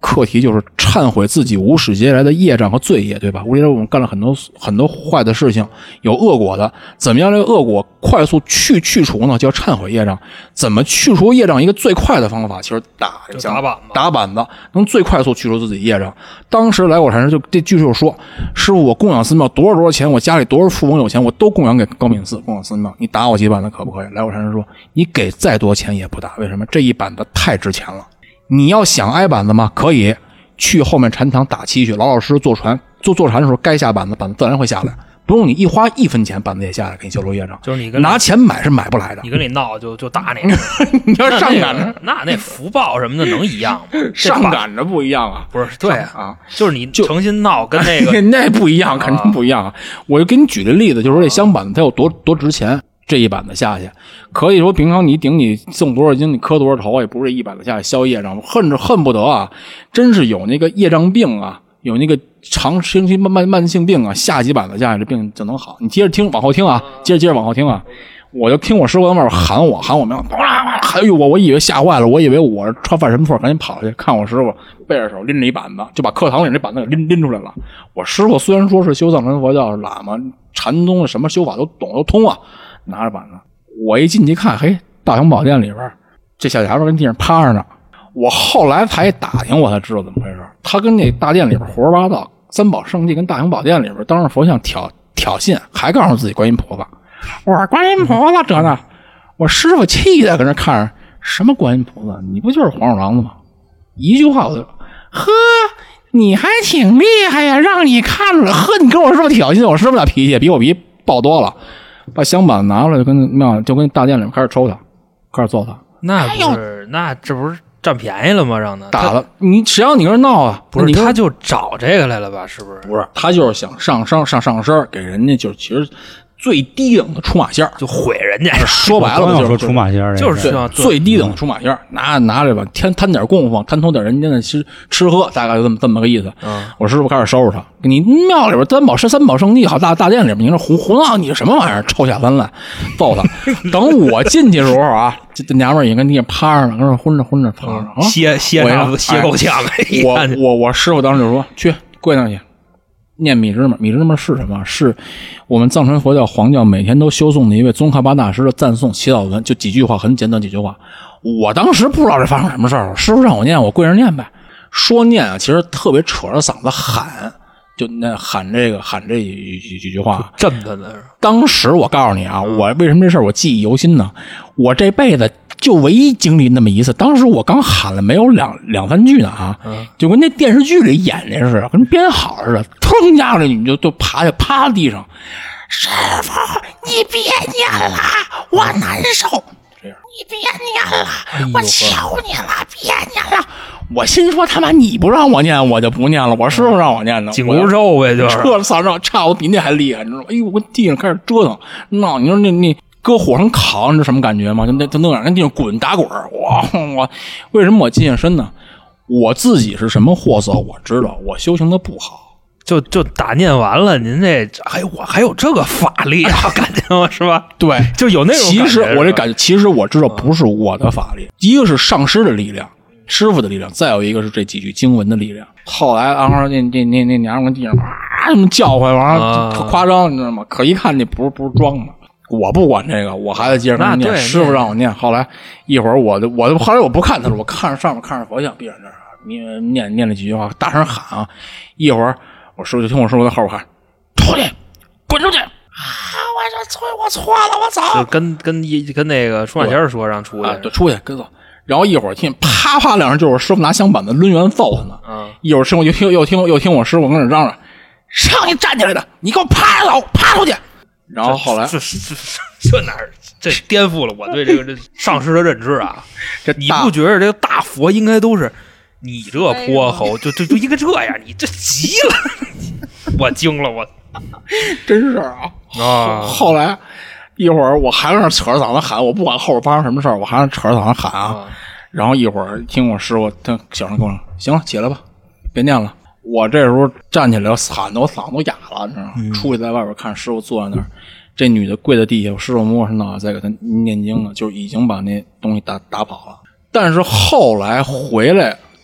课题就是忏悔自己无始劫来的业障和罪业，对吧？无始劫来我们干了很多很多坏的事情，有恶果的，怎么样这个恶果快速去去除呢？就要忏悔业障。怎么去除业障？一个最快的方法，其实打这个打板子， 打板子能最快速去除自己业障。当时来我禅师就这句就说：“师傅，我供养寺庙多少多少钱，我家里多少富翁有钱，我都供养给高敏寺、供养寺庙。你打我几板子可不可以？”来我禅师说：“你给再多钱也不打，为什么？这一板子太值钱了。你要想挨板子吗？可以去后面禅堂打七去，老老实实坐船坐坐禅的时候该下板子，板子自然会下来。”不用你一花一分钱，板子也下来给你消除业障。 就是你跟拿钱买是买不来的。 你跟你闹就就打你， 你要上赶着， 那那那福报什么的能一样吗？ 上赶着不一样啊， 不是对啊， 就是你诚心闹跟那个那不一样，肯定不一样啊。我就给你举个例子，就是说这香板子它有多多值钱。这一板子下去，可以说平常你顶你送多少斤，你磕多少头，也不是一板子下去消业障，恨着恨不得啊，真是有那个业障病啊，有那个长生期慢慢慢性病啊，下几板子下去这病就能好。你接着听，往后听啊，接着接着往后听啊，我就听我师傅在外边喊我喊我们，哎呦我我以为吓坏了，我以为我穿犯什么错，赶紧跑去看我师傅，背着手拎着一板子，就把课堂里这板子给拎拎出来了。我师傅虽然说是修藏传佛教喇嘛，禅宗的什么修法都懂都通啊。拿着板子，我一进去看，嘿，大雄宝殿里边，这小家伙跟地上趴着呢。我后来才打听，我才知道怎么回事。他跟那大殿里边胡说八道，三宝圣地跟大雄宝殿里边当着佛像挑挑衅，还告诉自己观音菩萨，我说观音菩萨这呢。我师傅气的搁那看着，什么观音菩萨？你不就是黄鼠狼子吗？一句话我就，呵，你还挺厉害呀，让你看了，呵，你跟我师傅挑衅，我师傅那脾气比我脾气暴多了。把香板拿出来，就跟庙就跟大殿里面开始抽他，开始揍他。 那不是，那这不是占便宜了吗？让他打了你，谁让你跟人闹啊？ 不是，他就找这个来了吧？是不是？ 不是，他就是想上上上上身，给人家就是其实最低等的出马仙， 就毁人家。 说白了就是说出马仙， 就是最低等的出马仙，拿拿来吧，贪贪点供奉，贪图点人家的吃吃喝，大概就这么这么个意思。 嗯， 我师傅开始收拾他，你庙里边三宝是三宝圣地，好大大殿里边，你这胡胡闹，你什么玩意儿？臭下三滥，揍他！等我进去的时候啊，这这娘们儿也跟地上趴着呢，跟那混着混着趴着， 嗯、歇歇上歇够呛。 我我我师傅当时就说：“去跪那去。”念米芝麻，米芝麻是什么？是我们藏传佛教黄教每天都修诵的一位宗喀巴大师的赞颂祈祷文，就几句话，很简短几句话。我当时不知道这发生什么事儿，师傅让我念，我跪着念呗。说念啊，其实特别扯着嗓子喊，就那喊这个喊这几几几句话， 震他的。 当时我告诉你啊，我为什么这事儿我记忆犹新呢？我这辈子就唯一经历那么一次，当时我刚喊了没有两两三句呢啊， 嗯、 就跟那电视剧里演的似的，跟编好似的，腾一下这女就就爬下趴在地上，师傅你别念了，我难受。这样你别念了， 哎、 我求你了，别念了。我心说他妈你不让我念，我就不念了。我师傅让我念的， 紧箍咒呗，就是这嗓子差我比那还厉害，你知道吗？哎呦，我跟地上开始折腾，闹，你说那那。搁火上烤，你知道什么感觉吗？就那就那样，跟地上滚打滚。哇！我为什么我记性深呢？我自己是什么货色，我知道，我修行的不好。 就就打念完了，您这哎，我还有这个法力啊，感觉吗？是吧？ 对， 就有那种。 其实我这感觉，其实我知道不是我的法力，一个是上师的力量，师傅的力量，再有一个是这几句经文的力量。后来啊，那那那那娘们跟地上啊这么叫唤，完了特夸张，你知道吗？可一看那不是不是装的。我不管这个，我还得接着跟他念。师傅让我念，后来一会儿我就我后来我不看他了，我看着上面看着佛像，闭上这儿念念念了几句话，大声喊啊！一会儿我师傅就听我师傅在后边喊：“出去，滚出去！”啊！我说错，我错了，我操！ 就跟跟一跟那个出马仙说让出去， 啊，对，出去跟走。然后一会儿听啪啪两声，就是师傅拿香板子抡圆揍他呢。 嗯， 一会儿师傅又听又听又听我师傅跟那嚷嚷：“让你站起来的，你给我趴着走，趴出去！”然后后来这这这这哪儿这颠覆了我对这个这上师的认知啊！这你不觉得这个大佛应该都是你这泼猴就就就应该这样？你这急了，我惊了，我真是啊啊！后来一会儿我还在那扯着嗓子喊，我不管后边发生什么事儿，我还是扯着嗓子喊啊。 啊然后一会儿听我师傅他小声跟我说：“行了，起来吧，别念了。”我这时候站起来，喊的我嗓子都哑了，你知道吗？嗯、出去在外边看师傅坐在那儿，这女的跪在地下，我师傅摸着脑袋在给她念经呢，就是已经把那东西打打跑了。但是后来回来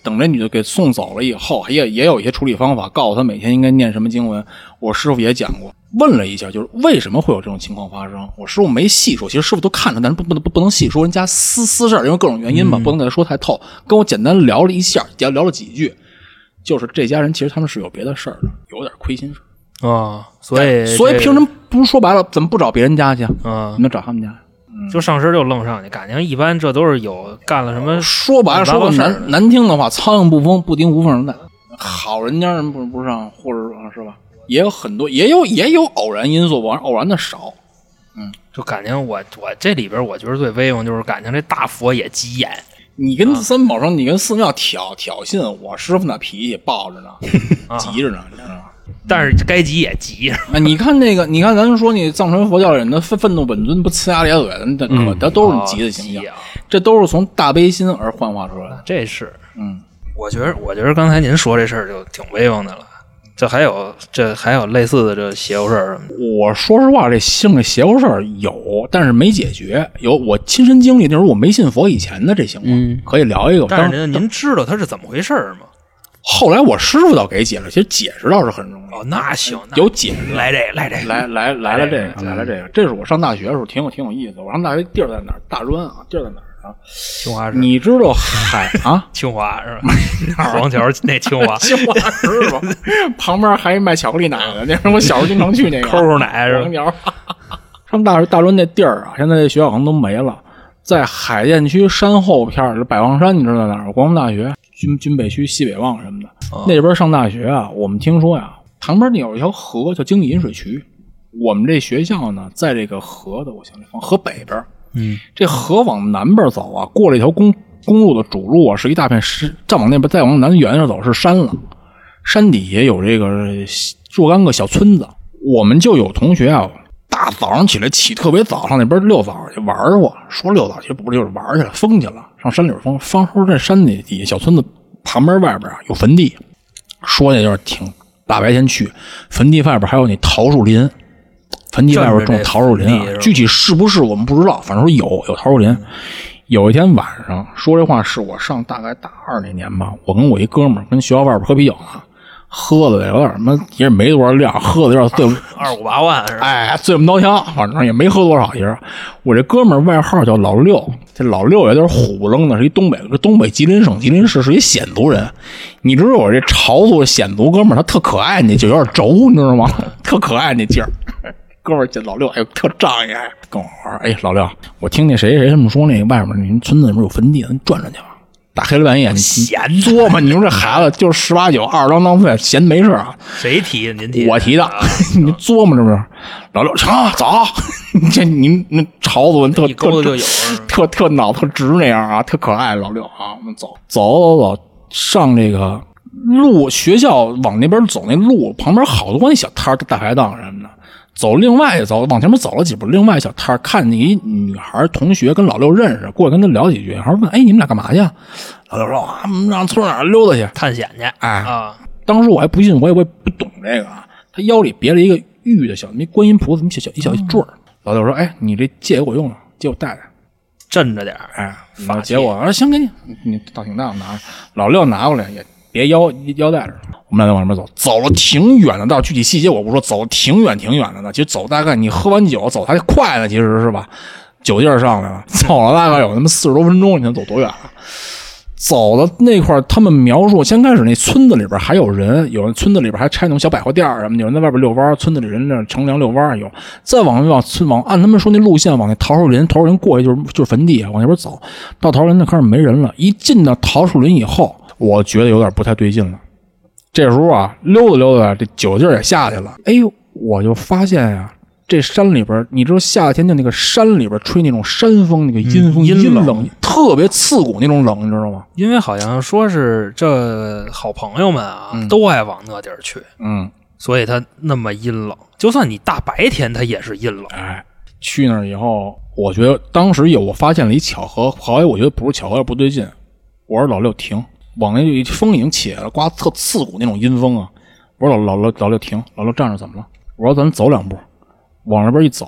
等这女的给送走了以后，也也有一些处理方法，告诉她每天应该念什么经文。我师傅也讲过，问了一下，就是为什么会有这种情况发生。我师傅没细说，其实师傅都看着，但是不不能不能细说人家私私事，因为各种原因吧，不能给他说太透。跟我简单聊了一下，聊聊了几句，就是这家人其实他们是有别的事儿的，有点亏心事啊、哦，所以所以凭什么不是说白了，怎么不找别人家去？ 啊， 你们找他们家？ 就上身就愣上去，感情一般这都是有干了什么。 说白了，说个难难听的话，苍蝇不疯，不叮无缝的蛋。好人家人不不上，或者是吧，也有很多，也有也有偶然因素，我偶然的少。嗯， 就感情我我这里边我觉得最威风就是感情这大佛也急眼。 你跟三宝生，你跟寺庙挑挑衅，我师傅那脾气爆着呢，急着呢，你知道吗？ 但是该急也急啊！ 你看那个，你看咱说你藏传佛教人的愤愤怒本尊，不呲牙咧嘴的，那可他都是急的形象， 哦啊、 这都是从大悲心而幻化出来的。 这是， 嗯， 我觉得，我觉得刚才您说这事儿就挺威风的了。这还有这还有类似的这邪乎事儿什么的。 我说实话，这性这邪乎事儿有，但是没解决。有我亲身经历，那时候我没信佛以前的这情况，嗯、可以聊一个。 但是您您知道他是怎么回事吗？ 后来我师傅倒给解了，其实解释倒是很容易。 哦，那行， 有解释。 来这个，来这个， 来来来了这个，来了这个。这是我上大学的时候挺有挺有意思的。我上大学地儿在哪儿？大专啊，地儿在哪儿啊？ 清华市。 你知道海啊？ 清华是吧？黄桥那清华。 清华是吧？旁边还卖巧克力奶的，那是我小时候经常去那个。 抠抠奶是吧？ 黄桥。上大大专那地儿啊，现在这学校可能都没了。在海淀区山后片百望山，你知道在哪儿？国防大学。军军北区西北望什么的、哦、那边上大学啊，我们听说呀，旁边有一条河叫经济引水渠。我们这学校呢，在这个河的我想想河北边， 嗯， 这河往南边走啊，过了一条公公路的主路啊，是一大片山，再往那边再往南远点走是山了，山底下有这个若干个小村子。我们就有同学啊，大早上起来起特别早，上那边溜早去玩去，说溜早其实不就是玩去了，疯去了。上山里疯，方说这山里底下小村子旁边外边啊有坟地，说的就是挺大白天去，坟地外边还有那桃树林，坟地外边种桃树林啊，具体是不是我们不知道，反正说有有桃树林。有一天晚上说这话是我上大概大二那年吧，我跟我一哥们儿跟学校外边喝啤酒呢，喝的有点什么也没多少量，喝的有点醉二五八万是吧？ 哎，醉不刀枪，反正也没喝多少。其实我这哥们儿外号叫老六，这老六有点虎不愣的，是一东北，这东北吉林省吉林市是一鲜族人。你知道我这潮族鲜族哥们儿，他特可爱，那就有点轴，你知道吗？特可爱那劲儿。哥们儿这老六哎呦特仗义，跟我玩。哎，老六，我听那谁谁这么说，那个外面您村子里面有坟地，咱转转去吧。大黑了半夜，你闲作嘛？你说这孩子就是十八九、二十郎当岁，闲没事啊？ 谁提的？您提的？ 我提的。你作嘛？这不是？老六，成啊，走！这您那潮族特特就有特特脑特直那样啊，特可爱。老六啊，我们走走走走，上这个路，学校往那边走，那路旁边好多那小摊大排档什么的。走另外走往前面走了几步，另外小摊看见一女孩同学跟老六认识，过去跟他聊几句。女孩问：“哎，你们俩干嘛去？”老六说：“啊，我们让村哪溜达去， 探险去。” 哎啊， 当时我还不信，我也不不懂这个。他腰里别了一个玉的小，那观音菩萨，小小一小一坠儿。嗯、老六说：“哎，你这借给我用了，借我带带， 镇着点。” 哎，结果啊，行，给你，你倒挺大，我拿着。老六拿过来也。别腰腰带着，我们俩再往那边走，走了挺远的，到具体细节我不说，走了挺远挺远的呢。其实走大概你喝完酒走还快呢，其实是吧？酒劲儿上来了，走了大概有那么四十多分钟，你看走多远了？走到那块儿，他们描述先开始那村子里边还有人，有人村子里边还拆那种小百货店什么，有人在外边遛弯，村子里人那乘凉遛弯有。再往往村往按他们说那路线往那桃树林，桃树林过去就是就是坟地，往那边走，到桃树林那开始没人了。一进到桃树林以后。我觉得有点不太对劲了，这时候啊，溜达溜达，这酒劲儿也下去了。哎呦，我就发现呀、啊，这山里边，你知道夏天就那个山里边吹那种山风，那个阴风、嗯、阴冷，冷特别刺骨那种冷，你知道吗？ 因为好像说是这好朋友们啊，嗯、都爱往那地儿去， 嗯， 所以它那么阴冷。就算你大白天，它也是阴冷。 哎，去那儿以后，我觉得当时有我发现了一巧合，后来我觉得不是巧合，不对劲。我说老六停。往那风已经起来了，刮特刺骨那种阴风啊！我说老老老老六停，老六站着怎么了？我说咱走两步，往那边一走，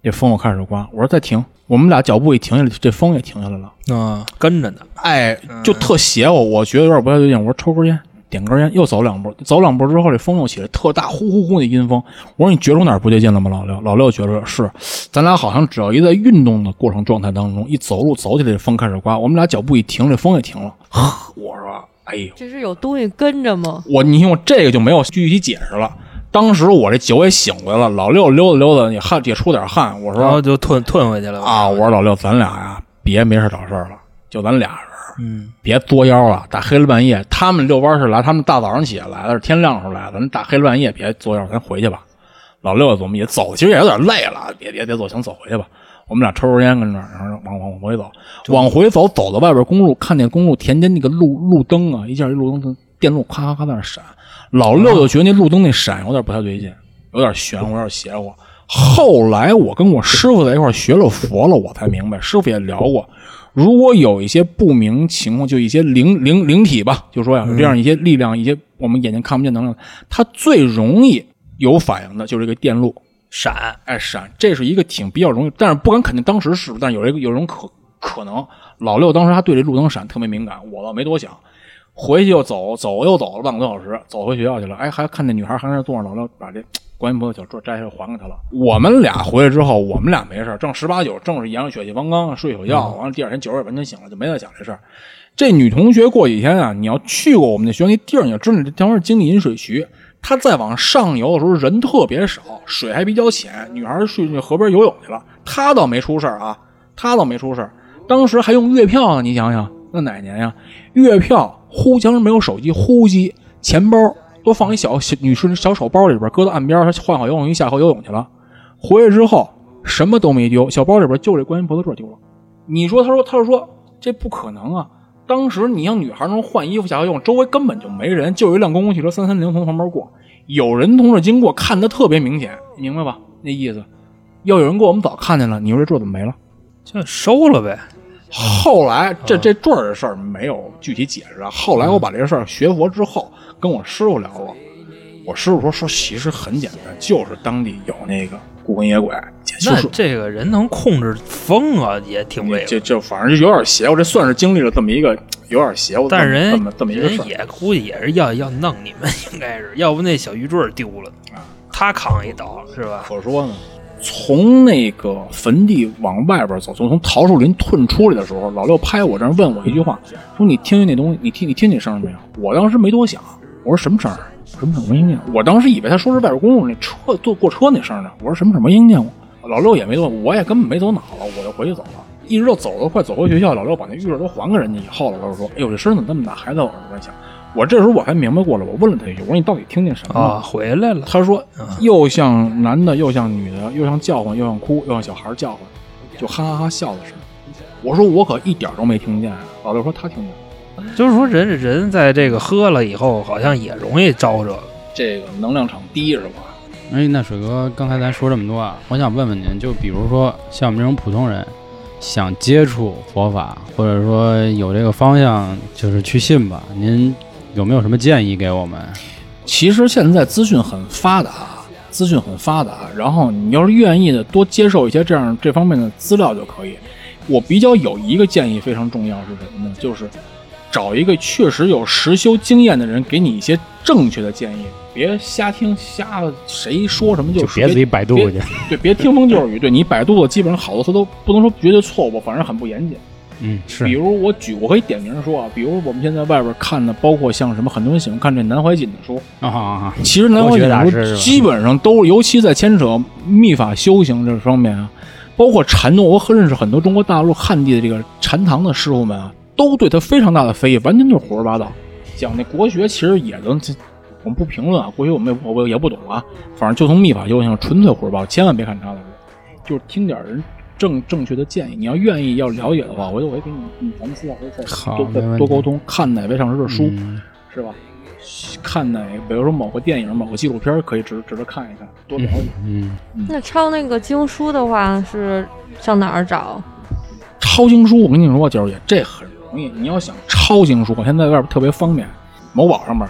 这风又开始刮。我说再停，我们俩脚步一停下来，这风也停下来了。 啊，跟着呢。 哎，就特邪乎，我觉得有点不太对劲。我说抽根烟，点根烟，又走两步，走两步之后，这风又起来，特大，呼呼呼的阴风。我说你觉出哪儿不对劲了吗？老六，老六觉着是，咱俩好像只要一在运动的过程状态当中，一走路走起来，这风开始刮，我们俩脚步一停，这风也停了。我说，哎呦， 这是有东西跟着吗？ 我你听我这个就没有具体解释了。当时我这酒也醒过来了，老六溜达溜达，你汗也出点汗。我说， 然后就吞吞回去了啊。我说老六，咱俩呀，别没事找事儿了，就咱俩人， 嗯， 别作妖了。大黑了半夜，他们遛弯是来，他们大早上起来的，是天亮时候来的。咱大黑了半夜别作妖，咱回去吧。老六我们也走，其实也有点累了，别别别走，行，走回去吧。我们俩抽抽烟跟那儿，然后往往往回走，往回走，走到外边公路，看见公路田间那个路路灯啊，一下一路灯电路咔咔咔在那闪。老六就觉得那路灯那闪有点不太对劲，有点玄乎，有点邪乎。后来我跟我师傅在一块学了佛了，我才明白，师傅也聊过，如果有一些不明情况，就一些灵灵灵体吧，就说呀，有这样一些力量，一些我们眼睛看不见能量，它最容易有反应的就是这个电路闪， 哎闪，这是一个挺比较容易，但是不敢肯定当时是，但是有一个有一种可可能，老六当时他对这路灯闪特别敏感，我倒没多想。回去又走走又走了半个多小时，走回学校去了。哎，还看那女孩还在那坐着，老六把这观音菩萨小坠摘下来还给他了。我们俩回来之后，我们俩没事，正十八九，正是阳血气方刚，睡宿觉，完了第二天九也完全醒了，就没再想这事儿。这女同学过几天啊，你要去过我们那学校那地儿，你就知道这地方是经历饮水渠。她再往上游的时候人特别少，水还比较浅，女孩去那河边游泳去了。她倒没出事啊，她倒没出事。当时还用月票呢，你想想那哪年呀？月票。呼，当时没有手机，呼机、钱包都放一小小女士小手包里边，搁到岸边，她换好游泳衣下河游泳去了。回来之后什么都没丢，小包里边就这观音菩萨坠丢了。你说，他说，他就说这不可能啊！当时你让女孩能换衣服下河游泳，周围根本就没人，就有一辆公共汽车三三零从旁边过，有人同志经过，看得特别明显，你明白吧？那意思，要有人过我们早看见了，你说这坠怎么没了？ 就收了呗。 后来这这坠儿的事儿没有具体解释啊。后来我把这个事儿学佛之后，跟我师傅聊过，我师傅说说其实很简单，就是当地有那个孤魂野鬼。 那这个人能控制风啊，也挺危险。 这这反正就有点邪乎，这算是经历了这么一个有点邪乎， 但是人这么这么一个事儿， 也估计也是要要弄你们，应该是要不那小玉坠丢了，他扛一刀是吧？ 可说呢。从那个坟地往外边走，从从桃树林退出来的时候，老六拍我这儿问我一句话，说你听见那东西，你听你听见声没有？我当时没多想，我说什么声？什么声没听见？我当时以为他说是外边公路那车坐过车那声呢。我说什么声没听见过？老六也没多，我也根本没走脑了，我就回去走了。一直到走了快走回学校，老六把那玉坠都还给人家以后了，老六说：“哎呦，这声怎么那么大？还在我耳朵想。”我这时候我还明白过了，我问了他一句，我说你到底听见什么了？ 啊，回来了。 他说又像男的，又像女的，又像叫唤，又像哭，又像小孩叫唤，就哈哈哈笑的声。我说我可一点都没听见。老六说他听见。 就是说人人在这个喝了以后，好像也容易招这个。 这个能量场低是吧？ 哎，那水哥，刚才咱说这么多啊，我想问问您，就比如说像我们这种普通人，想接触佛法，或者说有这个方向，就是去信吧，您有没有什么建议给我们？ 其实现在资讯很发达，资讯很发达，然后你要是愿意的，多接受一些这样这方面的资料就可以。我比较有一个建议非常重要是什么呢？就是找一个确实有实修经验的人，给你一些正确的建议，别瞎听瞎谁说什么就就别自己百度去， 对，别听风就是雨。对，你百度的基本上好多词都不能说绝对错误，反正很不严谨。 嗯，是。 比如我举，我可以点名说啊，比如我们现在外边看的，包括像什么，很多人喜欢看这南怀瑾的书啊啊。 其实南怀瑾的书基本上都，尤其在牵扯密法修行这方面啊，包括禅宗，我认识很多中国大陆汉地的这个禅堂的师傅们啊，都对他非常大的非议，完全就是胡说八道。讲那国学其实也能，我们不评论啊，国学我们也我也不懂啊，反正就从密法修行纯粹胡说八道，千万别看他的书，就是听点人。正正确的建议，你要愿意要了解的话，回头我也给你，咱们私下再多再多沟通，看哪位上师的书、嗯，是吧？看哪，比如说某个电影、某个纪录片，可以值值得看一看，多了解。 嗯， 嗯那抄那个经书的话，是上哪儿找？ 抄经书，我跟你说，九儿姐，这很容易。你要想抄经书，现在外边特别方便，某宝上面，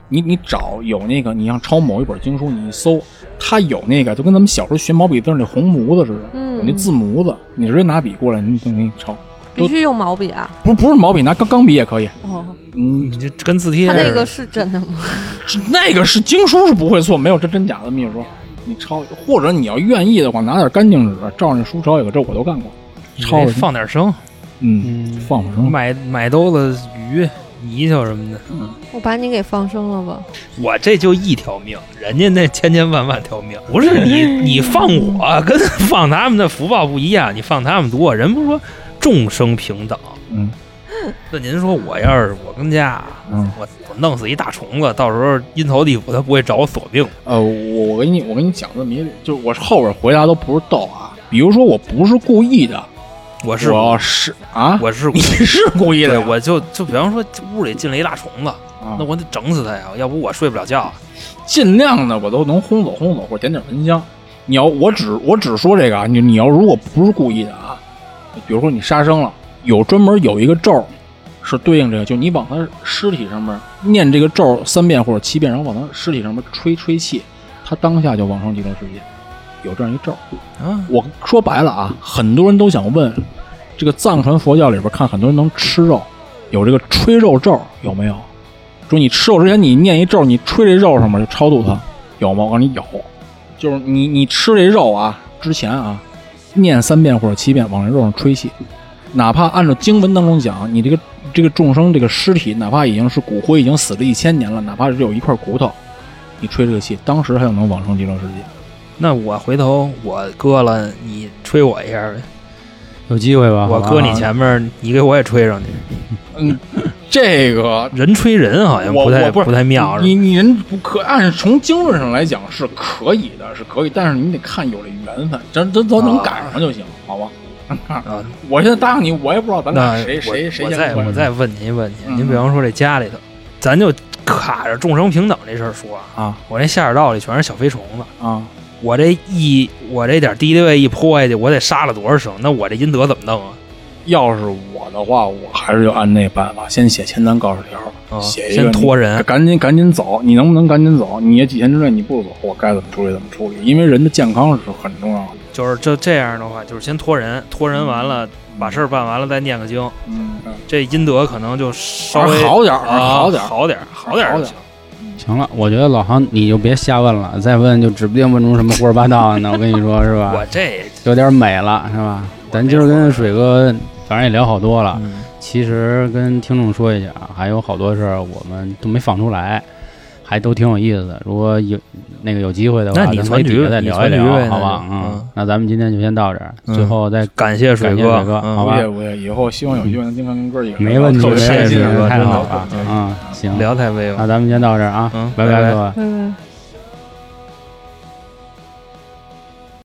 你你找有那个，你像抄某一本经书，你一搜，它有那个，就跟咱们小时候学毛笔字那红模子似的， 嗯， 有那字模子，你直接拿笔过来，你就给你抄。 必须用毛笔啊？ 不，不是毛笔，拿钢钢笔也可以。 哦， 嗯， 你这跟字帖。 他那个是真的吗？ 那个是经书是不会错，没有真真假的秘书。你抄，或者你要愿意的话，拿点干净纸照着书抄一个，这我都干过。抄放点生， 嗯，嗯放生， 买买兜子鱼、泥鳅什么的。 嗯， 我把你给放生了吧？ 我这就一条命，人家那千千万万条命，不是你你放我跟放他们的福报不一样，你放他们多，人不是说众生平等。 嗯， 那您说我要是我跟家， 嗯， 我我弄死一大虫子，到时候阴曹地府他不会找我索命？ 呃，我我跟你我跟你讲这么一个，就是我后边回答都不是逗啊，比如说我不是故意的， 我是我是啊， 我是你是故意的， 对，我就就比方说屋里进了一大虫子， 啊、 那我得整死它呀，要不我睡不了觉。 尽量的我都能轰走轰走，或者点点蚊香。你要我只我只说这个啊，你你要如果不是故意的啊，比如说你杀生了，有专门有一个咒是对应这个，就你往他尸体上面念这个咒三遍或者七遍，然后往他尸体上面吹吹气，他当下就往生极乐世界，有这样一咒。 啊， 我说白了啊，很多人都想问，这个藏传佛教里边看很多人能吃肉，有这个吹肉咒有没有？说你吃肉之前你念一咒，你吹这肉上面就超度它，有吗？我告诉你有，就是你你吃这肉啊之前啊，念三遍或者七遍往这肉上吹气，哪怕按照经文当中讲，你这个这个众生这个尸体，哪怕已经是骨灰已经死了一千年了，哪怕只有一块骨头，你吹这个气，当时还有能往生极乐世界。 那我回头我割了，你吹我一下呗， 有机会吧？ 我搁你前面，你给我也吹上去。 嗯，这个人吹人好像不太不不太妙。 你你人不可按从经论上来讲是可以的，是可以，但是你得看有这缘分，咱咱咱能赶上就行，好吧？啊！我现在答应你，我也不知道咱俩谁谁谁我再我再问您一问题， 嗯、 您比方说这家里头，咱就卡着众生平等这事儿说啊， 我这下水道里全是小飞虫子啊， 我这一我这点敌敌畏一泼下去，我得杀了多少生？那我这阴德怎么弄啊？ 要是我的话，我还是要按那办法，先写签单告示条， 哦、 写一个先拖人， 赶紧赶紧走，你能不能赶紧走？你也几天之内你不走，我该怎么处理怎么处理？因为人的健康是很重要的。 就是这这样的话，就是先拖人，拖人完了，嗯、把事儿办完了再念个经， 嗯， 这阴德可能就稍微好点儿， 啊、 好点儿， 好点儿，好点儿就行。 行了，我觉得老航你就别瞎问了，再问就指不定问出什么胡说八道呢。我跟你说是吧？ 我这有点美了是吧？咱今儿跟水哥反正也聊好多了， 嗯、 其实跟听众说一下，还有好多事儿我们都没放出来，还都挺有意思的。如果有那个有机会的话， 那你传局再聊一聊，好吧？ 嗯， 嗯那咱们今天就先到这儿， 嗯、 最后再感谢水哥， 水哥， 嗯、 好吧？ 我也我也以后希望有机会能经常跟哥几个没问题，没问题， 太太好了，嗯，行， 聊太威了， 那咱们先到这儿啊， 嗯， 拜拜，各位。 拜拜。